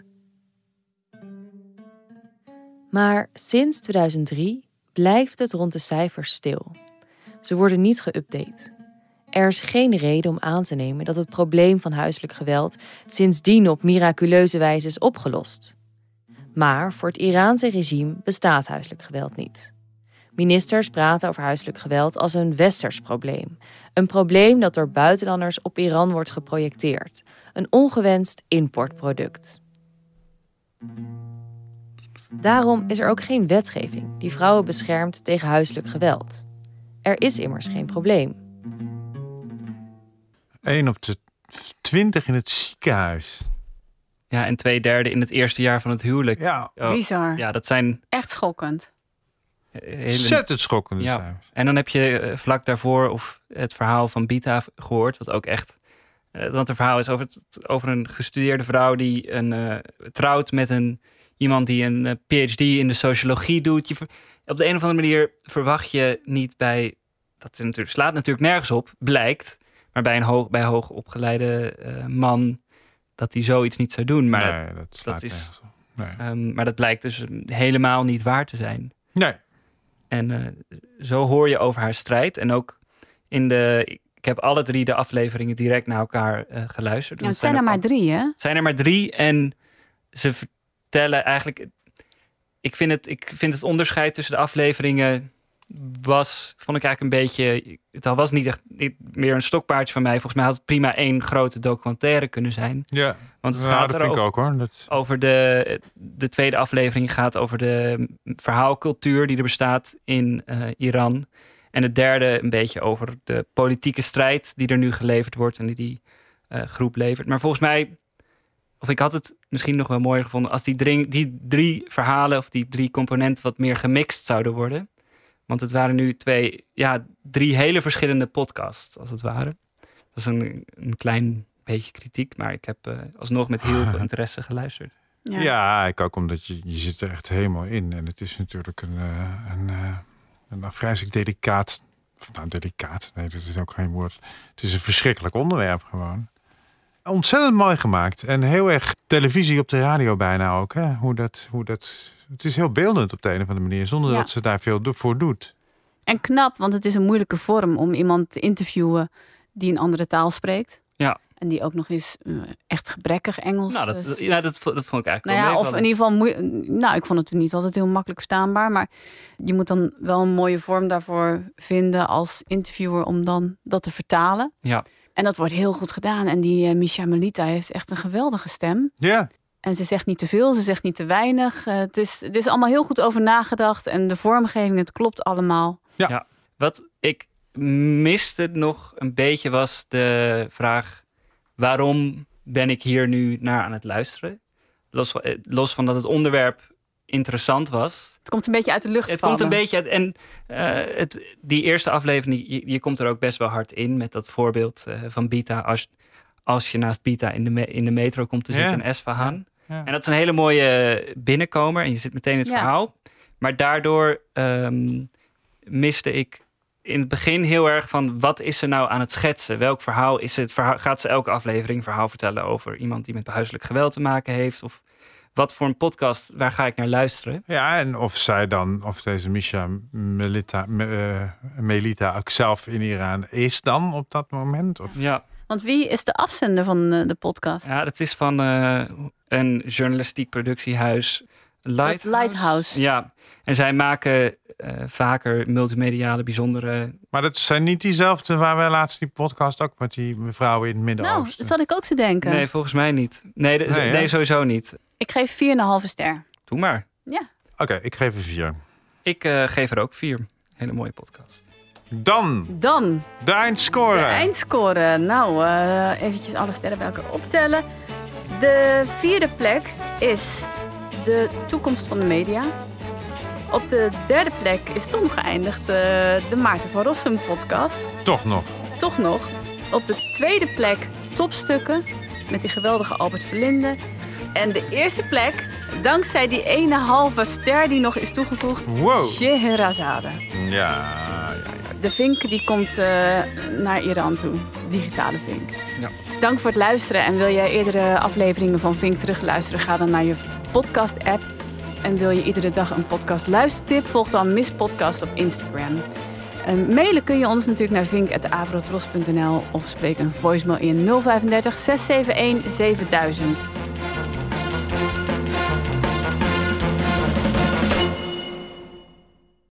Maar sinds tweeduizend drie blijft het rond de cijfers stil. Ze worden niet geüpdate. Er is geen reden om aan te nemen dat het probleem van huiselijk geweld sindsdien op miraculeuze wijze is opgelost. Maar voor het Iraanse regime bestaat huiselijk geweld niet. Ministers praten over huiselijk geweld als een westers probleem. Een probleem dat door buitenlanders op Iran wordt geprojecteerd. Een ongewenst importproduct. Daarom is er ook geen wetgeving die vrouwen beschermt tegen huiselijk geweld. Er is immers geen probleem. Eén op de twintig in het ziekenhuis. Ja, en twee derde in het eerste jaar van het huwelijk. Ja. Oh, Bizar. Ja, dat zijn Echt schokkend. hele... Ontzettend schokkende Ja. cijfers. En dan heb je uh, vlak daarvoor of het verhaal van Bita gehoord, wat ook echt... Uh, want het verhaal is over, het, over een gestudeerde vrouw die een, uh, trouwt met een, iemand die een uh, P H D in de sociologie doet. Je ver, op de een of andere manier verwacht je niet bij... Dat is natuurlijk, slaat natuurlijk nergens op, blijkt. Maar bij een hoog, bij hoogopgeleide uh, man dat hij zoiets niet zou doen. Maar Nee, dat, dat dat slaat is... nergens op. Nee. Um, maar dat blijkt dus helemaal niet waar te zijn. Nee. En uh, zo hoor je over haar strijd. En ook in de... Ik heb alle drie de afleveringen direct naar elkaar uh, geluisterd. Ja, Dat het zijn er maar ook- drie, hè? Het zijn er maar drie en ze vertellen eigenlijk... Ik vind het, ik vind het onderscheid tussen de afleveringen was, vond ik eigenlijk een beetje... Het was niet echt niet meer een stokpaardje van mij. Volgens mij had het prima één grote documentaire kunnen zijn. Ja, Want het ja, gaat dat er vind ik over, ook hoor. Dat... over de, de tweede aflevering gaat over de verhaalcultuur die er bestaat in uh, Iran. En de derde een beetje over de politieke strijd die er nu geleverd wordt en die die uh, groep levert. Maar volgens mij, of ik had het misschien nog wel mooier gevonden als die drie, die drie verhalen of die drie componenten wat meer gemixt zouden worden. Want het waren nu twee, ja, drie hele verschillende podcasts, als het ware. Dat is een, een klein beetje kritiek, maar ik heb uh, alsnog met heel veel interesse geluisterd. Ja. ja, ik ook omdat je, je zit er echt helemaal in. En het is natuurlijk een, uh, een, uh, een afgrijzelijk delicaat... Of nou, delicaat, nee, dat is ook geen woord. Het is een verschrikkelijk onderwerp gewoon. ontzettend mooi gemaakt. En heel erg televisie op de radio bijna ook. Hè? Hoe dat, hoe dat, het is heel beeldend op de een of andere manier. Zonder Ja. dat ze daar veel do- voor doet. En knap, want het is een moeilijke vorm om iemand te interviewen die een andere taal spreekt. Ja. En die ook nog eens uh, echt gebrekkig Engels. Nou, dat, dus- ja, dat, vo- dat vond ik eigenlijk Nou ja, wel of in meevallen. ieder geval, moe- nou, ik vond het niet altijd heel makkelijk verstaanbaar. Maar je moet dan wel een mooie vorm daarvoor vinden als interviewer om dan dat te vertalen. Ja. En dat wordt heel goed gedaan. En die uh, Misha Melita heeft echt een geweldige stem. Ja. En ze zegt niet te veel, ze zegt niet te weinig. Uh, het, is, het is allemaal heel goed over nagedacht. En de vormgeving, het klopt allemaal. Ja. Ja. Wat ik miste nog een beetje was de vraag... waarom ben ik hier nu naar aan het luisteren? Los van, eh, los van dat het onderwerp interessant was. Het komt een beetje uit de lucht Het vallen. komt een beetje uit... En uh, het, die eerste aflevering, je, je komt er ook best wel hard in... met dat voorbeeld uh, van Bita. Als, als je naast Bita in de, me, in de metro komt te zitten Ja. in Esfahan. Ja. Ja. En dat is een hele mooie binnenkomer. En je zit meteen in het Ja. verhaal. Maar daardoor um, miste ik in het begin heel erg van... wat is ze nou aan het schetsen? Welk verhaal is het? Verhaal, gaat ze elke aflevering verhaal vertellen over iemand die met huiselijk geweld te maken heeft? Of wat voor een podcast, waar ga ik naar luisteren? Ja, en of zij dan, of deze Misha Melita, uh, Melita ook zelf in Iran is dan op dat moment? Of? Ja. Want wie is de afzender van uh, de podcast? Ja, dat is van uh, een journalistiek productiehuis. Lighthouse. Lighthouse. Ja, en zij maken uh, vaker multimediale bijzondere... Maar dat zijn niet diezelfde waar wij laatst die podcast ook met die mevrouw in het Midden-Oosten. Nou, dat zat ik ook te denken. Nee, volgens mij niet. Nee, de, Nee, nee hè? sowieso niet. Ik geef vier en een halve ster. Doe maar. Ja. Oké, okay, ik geef er vier. Ik uh, geef er ook vier. Hele mooie podcast. Dan. Dan. De eindscore. De eindscore. Nou, uh, eventjes alle sterren bij elkaar optellen. De vierde plek is de toekomst van de media. Op de derde plek is Tom geëindigd, uh, de Maarten van Rossum podcast. Toch nog. Toch nog. Op de tweede plek Topstukken met die geweldige Albert Verlinde. En de eerste plek, dankzij die ene halve ster die nog is toegevoegd, wow. Scheherazade. Ja, ja, ja. De vink die komt uh, naar Iran toe. Digitale vink. Ja. Dank voor het luisteren. En wil jij eerdere afleveringen van Vink terugluisteren? Ga dan naar je podcast-app. En wil je iedere dag een podcast luistertip? Volg dan Miss Podcast op Instagram. Uh, mailen kun je ons natuurlijk naar vink at avrotros punt n l of spreek een voicemail in nul vijf drie zes zeven een zevenduizend.